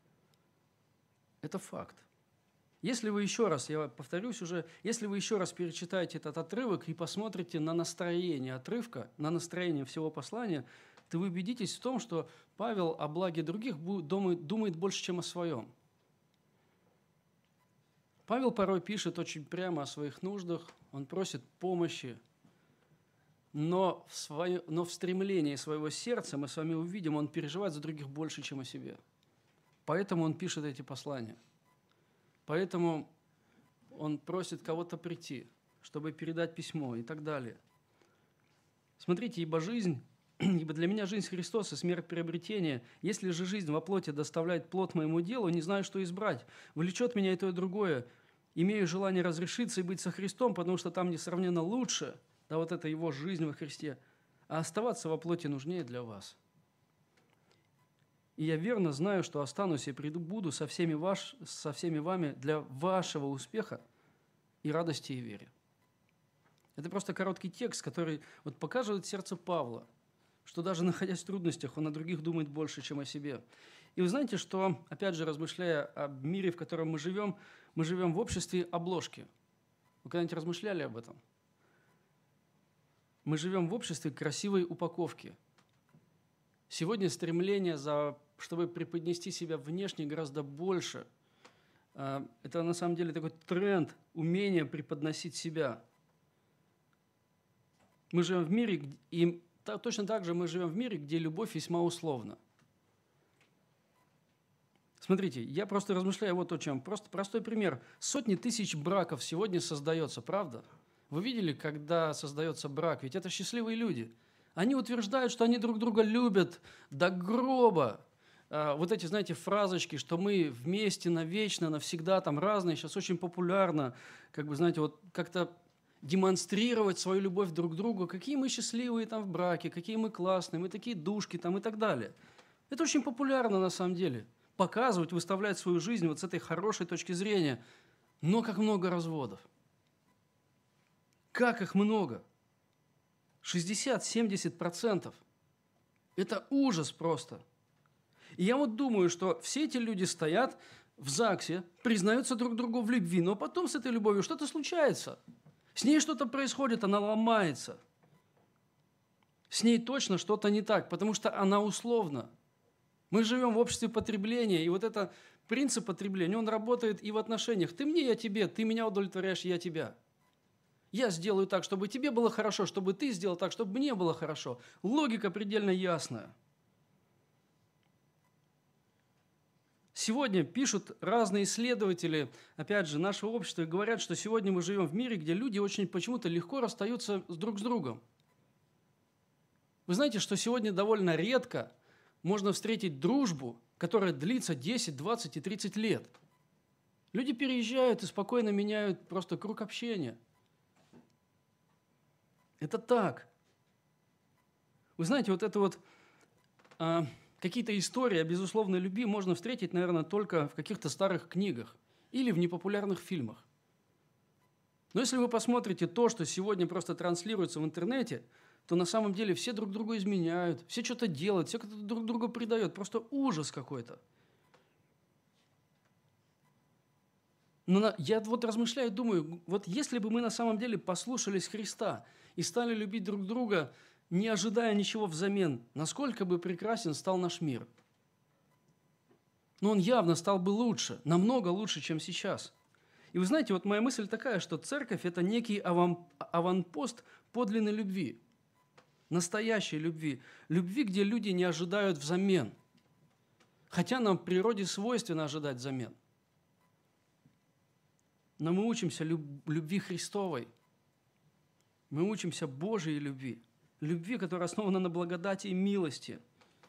Это факт. Если вы еще раз, я повторюсь уже, если вы еще раз перечитаете этот отрывок и посмотрите на настроение отрывка, на настроение всего послания, то вы убедитесь в том, что Павел о благе других думает больше, чем о своем. Павел порой пишет очень прямо о своих нуждах, он просит помощи, но в стремлении своего сердца, мы с вами увидим, он переживает за других больше, чем о себе. Поэтому он пишет эти послания. Поэтому он просит кого-то прийти, чтобы передать письмо и так далее. Смотрите, ибо для меня жизнь Христос и смерть приобретение. Если же жизнь во плоти доставляет плод моему делу, не знаю, что избрать. Влечет меня и то, и другое. Имею желание разрешиться и быть со Христом, потому что там несравненно лучше, да, вот это его жизнь во Христе. А оставаться во плоти нужнее для вас. И я верно знаю, что останусь и буду со всеми вами для вашего успеха и радости и веры. Это просто короткий текст, который показывает сердце Павла, что даже находясь в трудностях, он о других думает больше, чем о себе. И вы знаете, что, опять же, размышляя о мире, в котором мы живем в обществе обложки. Вы когда-нибудь размышляли об этом? Мы живем в обществе красивой упаковки. Сегодня стремление, чтобы преподнести себя внешне, гораздо больше. Это на самом деле такой тренд, умение преподносить себя. Мы живем в мире, и точно так же мы живем в мире, где любовь весьма условна. Смотрите, я просто размышляю вот о чем. Просто простой пример. Сотни тысяч браков сегодня создается, правда? Вы видели, когда создается брак? Ведь это счастливые люди. Они утверждают, что они друг друга любят до гроба. Вот эти, знаете, фразочки, что мы вместе навечно, навсегда, там разные, сейчас очень популярно, как бы, знаете, вот как-то демонстрировать свою любовь друг к другу, какие мы счастливые там в браке, какие мы классные, мы такие душки там и так далее. Это очень популярно на самом деле. Показывать, выставлять свою жизнь вот с этой хорошей точки зрения. Но как много разводов. Как их много. 60-70%. Это ужас просто. И я вот думаю, что все эти люди стоят в ЗАГСе, признаются друг другу в любви, но потом с этой любовью что-то случается. С ней что-то происходит, она ломается. С ней точно что-то не так, потому что она условна. Мы живем в обществе потребления, и вот этот принцип потребления, он работает и в отношениях. Ты мне, я тебе, ты меня удовлетворяешь, я тебя. Я сделаю так, чтобы тебе было хорошо, чтобы ты сделал так, чтобы мне было хорошо. Логика предельно ясная. Сегодня пишут разные исследователи, опять же, нашего общества, и говорят, что сегодня мы живем в мире, где люди очень почему-то легко расстаются друг с другом. Вы знаете, что сегодня довольно редко можно встретить дружбу, которая длится 10, 20 и 30 лет. Люди переезжают и спокойно меняют просто круг общения. Это так. Вы знаете, вот это вот какие-то истории о безусловной любви можно встретить, наверное, только в каких-то старых книгах или в непопулярных фильмах. Но если вы посмотрите то, что сегодня просто транслируется в интернете, то на самом деле все друг другу изменяют, все что-то делают, все кто-то друг друга предают. Просто ужас какой-то. Но я вот размышляю, думаю, вот если бы мы на самом деле послушались Христа и стали любить друг друга, не ожидая ничего взамен, насколько бы прекрасен стал наш мир. Но он явно стал бы лучше, намного лучше, чем сейчас. И вы знаете, вот моя мысль такая, что церковь – это некий аванпост подлинной любви, настоящей любви, любви, где люди не ожидают взамен, хотя нам в природе свойственно ожидать взамен. Но мы учимся любви Христовой, мы учимся Божьей любви, любви, которая основана на благодати и милости.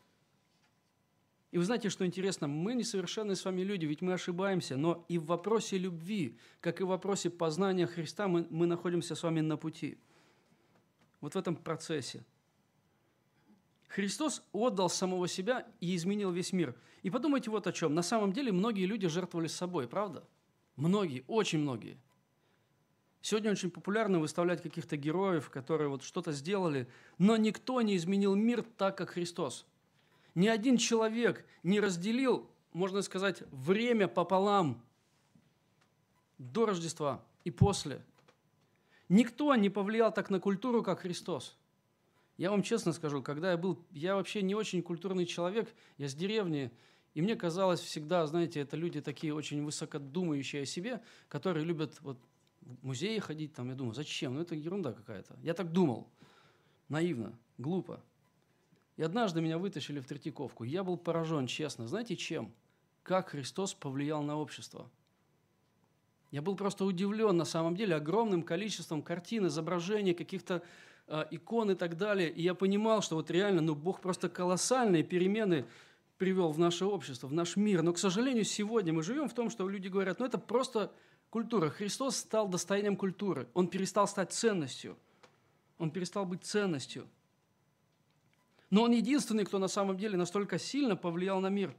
И вы знаете, что интересно? Мы несовершенные с вами люди, ведь мы ошибаемся, но и в вопросе любви, как и в вопросе познания Христа, мы находимся с вами на пути. Вот в этом процессе. Христос отдал самого себя и изменил весь мир. И подумайте вот о чем. На самом деле многие люди жертвовали собой, правда? Многие, очень многие. Сегодня очень популярно выставлять каких-то героев, которые вот что-то сделали, но никто не изменил мир так, как Христос. Ни один человек не разделил, можно сказать, время пополам до Рождества и после. Никто не повлиял так на культуру, как Христос. Я вам честно скажу, когда я вообще не очень культурный человек, я с деревни, и мне казалось всегда, знаете, это люди такие очень высокодумающие о себе, которые любят вот в музеи ходить, там, я думаю, зачем? Ну, это ерунда какая-то. Я так думал, наивно, глупо. И однажды меня вытащили в Третьяковку. Я был поражен, честно. Знаете, чем? Как Христос повлиял на общество. Я был просто удивлен, на самом деле, огромным количеством картин, изображений, каких-то икон и так далее. И я понимал, что вот реально, Бог просто колоссальные перемены привел в наше общество, в наш мир. Но, к сожалению, сегодня мы живем в том, что люди говорят, это просто культура. Христос стал достоянием культуры. Он перестал стать ценностью. Он перестал быть ценностью. Но он единственный, кто на самом деле настолько сильно повлиял на мир.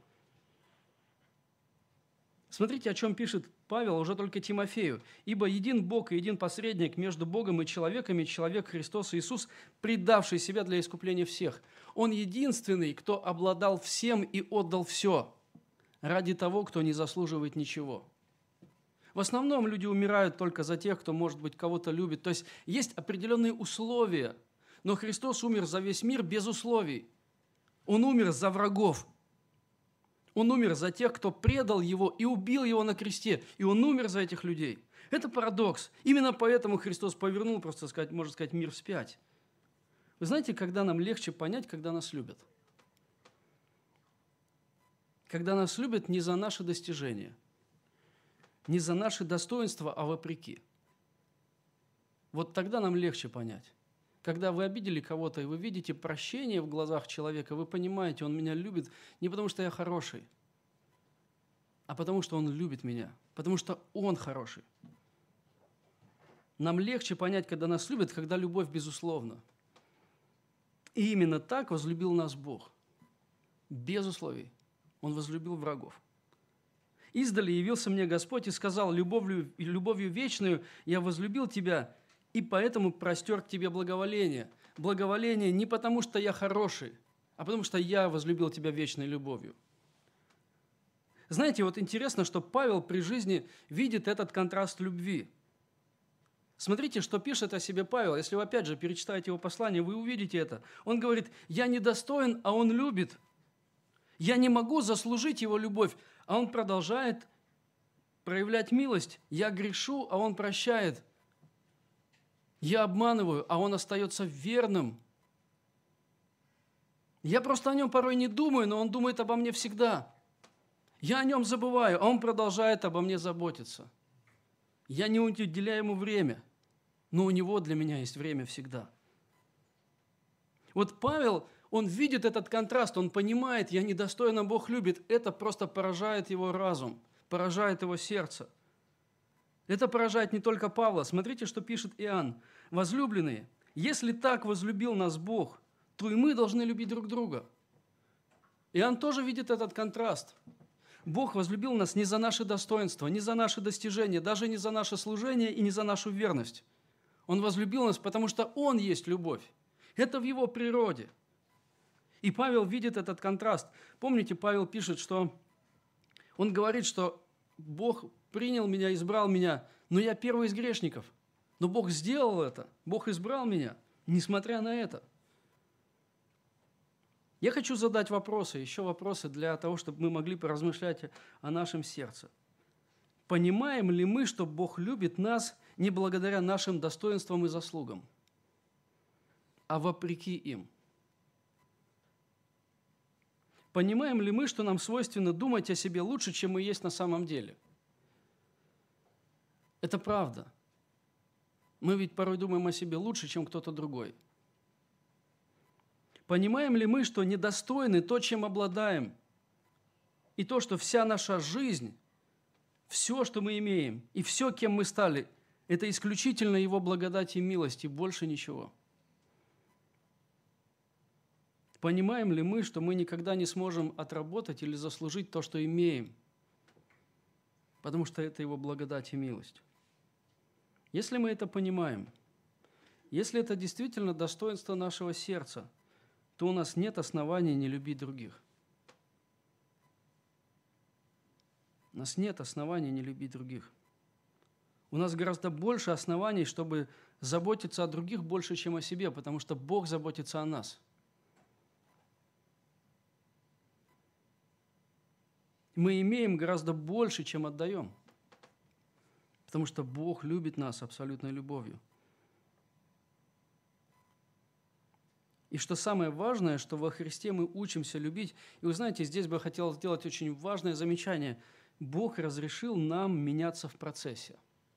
Смотрите, о чем пишет Павел уже только Тимофею. «Ибо един Бог и един посредник между Богом и человеками, человек Христос Иисус, предавший себя для искупления всех. Он единственный, кто обладал всем и отдал все ради того, кто не заслуживает ничего». В основном люди умирают только за тех, кто, может быть, кого-то любит. То есть есть определенные условия. Но Христос умер за весь мир без условий. Он умер за врагов. Он умер за тех, кто предал Его и убил Его на кресте. И Он умер за этих людей. Это парадокс. Именно поэтому Христос повернул, просто сказать, можно сказать, мир вспять. Вы знаете, когда нам легче понять, когда нас любят? Когда нас любят не за наши достижения, не за наши достоинства, а вопреки. Вот тогда нам легче понять. Когда вы обидели кого-то, и вы видите прощение в глазах человека, вы понимаете, он меня любит не потому, что я хороший, а потому, что он любит меня, потому что он хороший. Нам легче понять, когда нас любят, когда любовь безусловна. И именно так возлюбил нас Бог. Без условий. Он возлюбил врагов. «Издали явился мне Господь и сказал: любовью вечную я возлюбил тебя, и поэтому простер к тебе благоволение. Благоволение не потому, что я хороший, а потому, что я возлюбил тебя вечной любовью». Знаете, вот интересно, что Павел при жизни видит этот контраст любви. Смотрите, что пишет о себе Павел. Если вы, опять же, перечитаете его послание, вы увидите это. Он говорит: «Я недостоин, а он любит. Я не могу заслужить его любовь». А он продолжает проявлять милость. «Я грешу, а он прощает. Я обманываю, а он остается верным. Я просто о нем порой не думаю, но он думает обо мне всегда. Я о нем забываю, а он продолжает обо мне заботиться. Я не уделяю ему время, но у него для меня есть время всегда». Вот Павел, он видит этот контраст, он понимает, я недостоин, а Бог любит. Это просто поражает его разум, поражает его сердце. Это поражает не только Павла. Смотрите, что пишет Иоанн. «Возлюбленные, если так возлюбил нас Бог, то и мы должны любить друг друга». Иоанн тоже видит этот контраст. Бог возлюбил нас не за наши достоинства, не за наши достижения, даже не за наше служение и не за нашу верность. Он возлюбил нас, потому что Он есть любовь. Это в Его природе. И Павел видит этот контраст. Помните, Павел пишет, что он говорит, что Бог принял меня, избрал меня, но я первый из грешников. Но Бог сделал это, Бог избрал меня, несмотря на это. Я хочу задать вопросы, еще вопросы для того, чтобы мы могли поразмышлять о нашем сердце. Понимаем ли мы, что Бог любит нас не благодаря нашим достоинствам и заслугам, а вопреки им? Понимаем ли мы, что нам свойственно думать о себе лучше, чем мы есть на самом деле? Это правда. Мы ведь порой думаем о себе лучше, чем кто-то другой. Понимаем ли мы, что недостойны то, чем обладаем, и то, что вся наша жизнь, все, что мы имеем, и все, кем мы стали, это исключительно Его благодать и милость, и больше ничего? Понимаем ли мы, что мы никогда не сможем отработать или заслужить то, что имеем, потому что это Его благодать и милость? Если мы это понимаем, если это действительно достоинство нашего сердца, то у нас нет оснований не любить других. У нас нет оснований не любить других. У нас гораздо больше оснований, чтобы заботиться о других больше, чем о себе, потому что Бог заботится о нас. Мы имеем гораздо больше, чем отдаем, потому что Бог любит нас абсолютной любовью. И что самое важное, что во Христе мы учимся любить. И вы знаете, здесь бы я хотел сделать очень важное замечание. Бог разрешил нам меняться в процессе.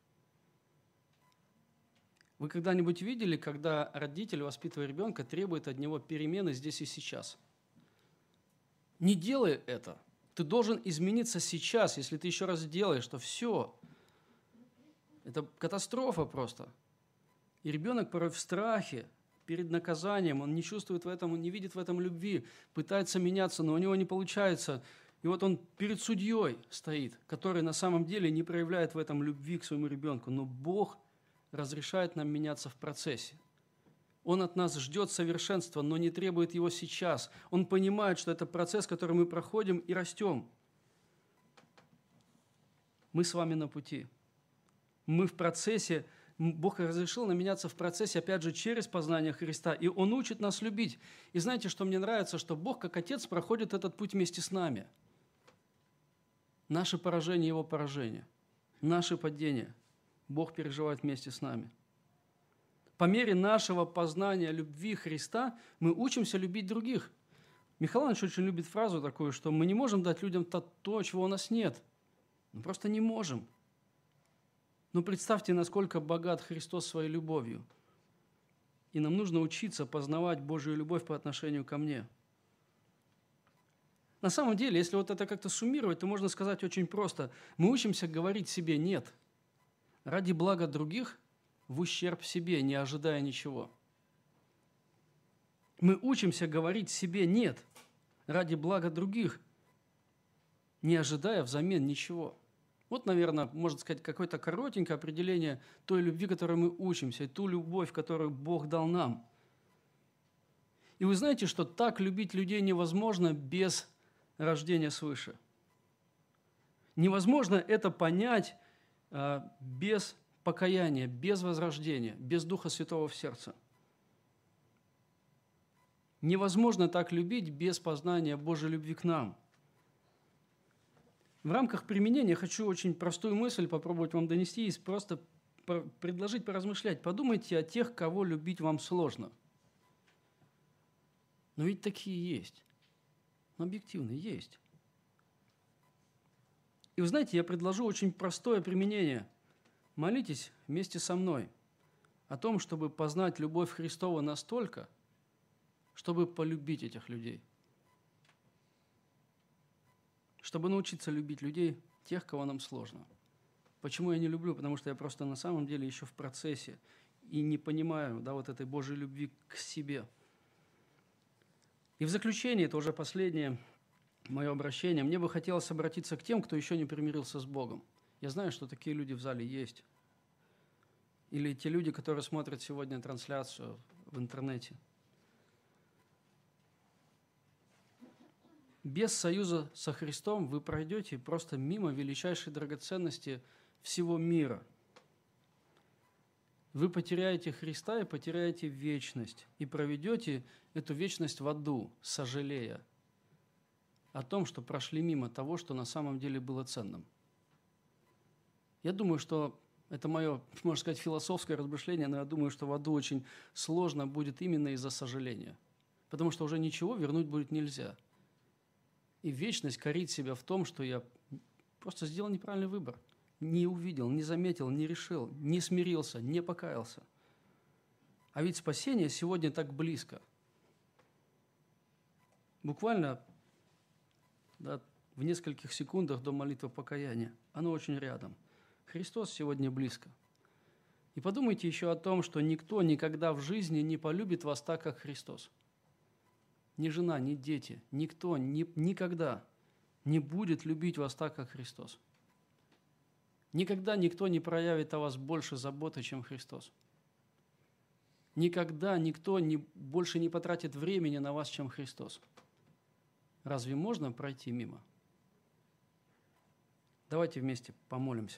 Вы когда-нибудь видели, когда родитель, воспитывая ребенка, требует от него перемены здесь и сейчас? Не делай это. Ты должен измениться сейчас. Если ты еще раз делаешь, то все. Это катастрофа просто. И ребенок порой в страхе перед наказанием, он не чувствует в этом, он не видит в этом любви, пытается меняться, но у него не получается. И вот он перед судьей стоит, который на самом деле не проявляет в этом любви к своему ребенку. Но Бог разрешает нам меняться в процессе. Он от нас ждет совершенства, но не требует его сейчас. Он понимает, что это процесс, который мы проходим и растем. Мы с вами на пути. Мы в процессе. Бог разрешил нам меняться в процессе, опять же, через познание Христа. И Он учит нас любить. И знаете, что мне нравится? Что Бог, как Отец, проходит этот путь вместе с нами. Наше поражение – Его поражение. Наши падения Бог переживает вместе с нами. По мере нашего познания любви Христа мы учимся любить других. Михаил Иванович очень любит фразу такую, что мы не можем дать людям то, чего у нас нет. Мы просто не можем. Но представьте, насколько богат Христос своей любовью. И нам нужно учиться познавать Божью любовь по отношению ко мне. На самом деле, если вот это как-то суммировать, то можно сказать очень просто. Мы учимся говорить себе «нет» ради блага других в ущерб себе, не ожидая ничего. Мы учимся говорить себе «нет» ради блага других, не ожидая взамен ничего. Вот, наверное, можно сказать, какое-то коротенькое определение той любви, которой мы учимся, и ту любовь, которую Бог дал нам. И вы знаете, что так любить людей невозможно без рождения свыше. Невозможно это понять без покаяния, без возрождения, без Духа Святого в сердце. Невозможно так любить без познания Божьей любви к нам. В рамках применения хочу очень простую мысль попробовать вам донести и просто предложить поразмышлять. Подумайте о тех, кого любить вам сложно. Но ведь такие есть. Объективно есть. И вы знаете, я предложу очень простое применение. Молитесь вместе со мной о том, чтобы познать любовь Христова настолько, чтобы полюбить этих людей. Чтобы научиться любить людей, тех, кого нам сложно. Почему я не люблю? Потому что я просто на самом деле еще в процессе и не понимаю вот этой Божьей любви к себе. И в заключение, это уже последнее мое обращение, мне бы хотелось обратиться к тем, кто еще не примирился с Богом. Я знаю, что такие люди в зале есть. Или те люди, которые смотрят сегодня трансляцию в интернете. Без союза со Христом вы пройдете просто мимо величайшей драгоценности всего мира. Вы потеряете Христа и потеряете вечность, и проведете эту вечность в аду, сожалея о том, что прошли мимо того, что на самом деле было ценным. Я думаю, что это мое, можно сказать, философское размышление, но я думаю, что в аду очень сложно будет именно из-за сожаления, потому что уже ничего вернуть будет нельзя. И вечность корить себя в том, что я просто сделал неправильный выбор. Не увидел, не заметил, не решил, не смирился, не покаялся. А ведь спасение сегодня так близко. Буквально в нескольких секундах до молитвы покаяния. Оно очень рядом. Христос сегодня близко. И подумайте еще о том, что никто никогда в жизни не полюбит вас так, как Христос. Ни жена, ни дети, никто никогда не будет любить вас так, как Христос. Никогда никто не проявит о вас больше заботы, чем Христос. Никогда никто больше не потратит времени на вас, чем Христос. Разве можно пройти мимо? Давайте вместе помолимся.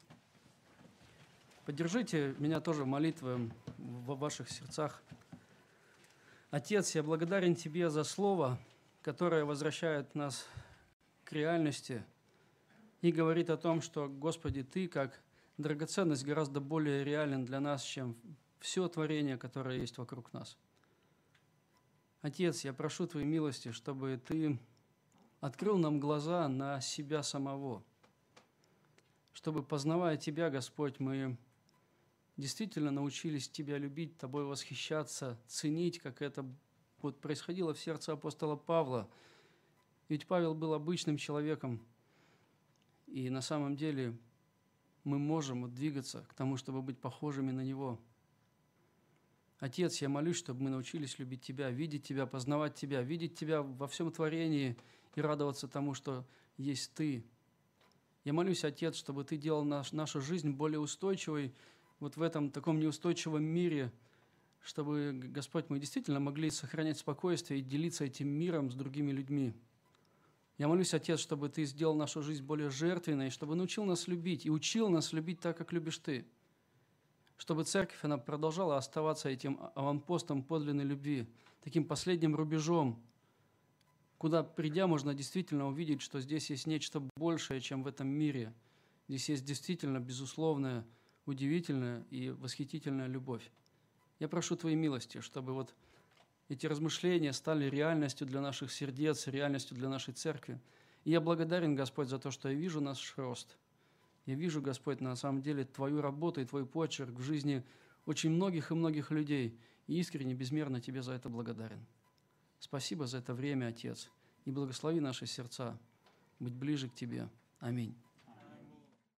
Поддержите меня тоже молитвой в ваших сердцах. Отец, я благодарен Тебе за Слово, которое возвращает нас к реальности и говорит о том, что, Господи, Ты, как драгоценность, гораздо более реален для нас, чем все творение, которое есть вокруг нас. Отец, я прошу Твоей милости, чтобы Ты открыл нам глаза на себя самого, чтобы, познавая Тебя, Господь, мы действительно научились Тебя любить, Тобой восхищаться, ценить, как это происходило в сердце апостола Павла. Ведь Павел был обычным человеком, и на самом деле мы можем двигаться к тому, чтобы быть похожими на него. Отец, я молюсь, чтобы мы научились любить Тебя, видеть Тебя, познавать Тебя, видеть Тебя во всем творении и радоваться тому, что есть Ты. Я молюсь, Отец, чтобы Ты делал нашу жизнь более устойчивой вот в этом таком неустойчивом мире, чтобы, Господь, мы действительно могли сохранять спокойствие и делиться этим миром с другими людьми. Я молюсь, Отец, чтобы Ты сделал нашу жизнь более жертвенной, чтобы научил нас любить и учил нас любить так, как любишь Ты. Чтобы церковь, она продолжала оставаться этим аванпостом подлинной любви, таким последним рубежом, куда, придя, можно действительно увидеть, что здесь есть нечто большее, чем в этом мире. Здесь есть действительно безусловная, удивительная и восхитительная любовь. Я прошу Твоей милости, чтобы вот эти размышления стали реальностью для наших сердец, реальностью для нашей церкви. И я благодарен, Господь, за то, что я вижу наш рост. Я вижу, Господь, на самом деле Твою работу и Твой почерк в жизни очень многих и многих людей. И искренне, безмерно Тебе за это благодарен. Спасибо за это время, Отец. И благослови наши сердца быть ближе к Тебе. Аминь.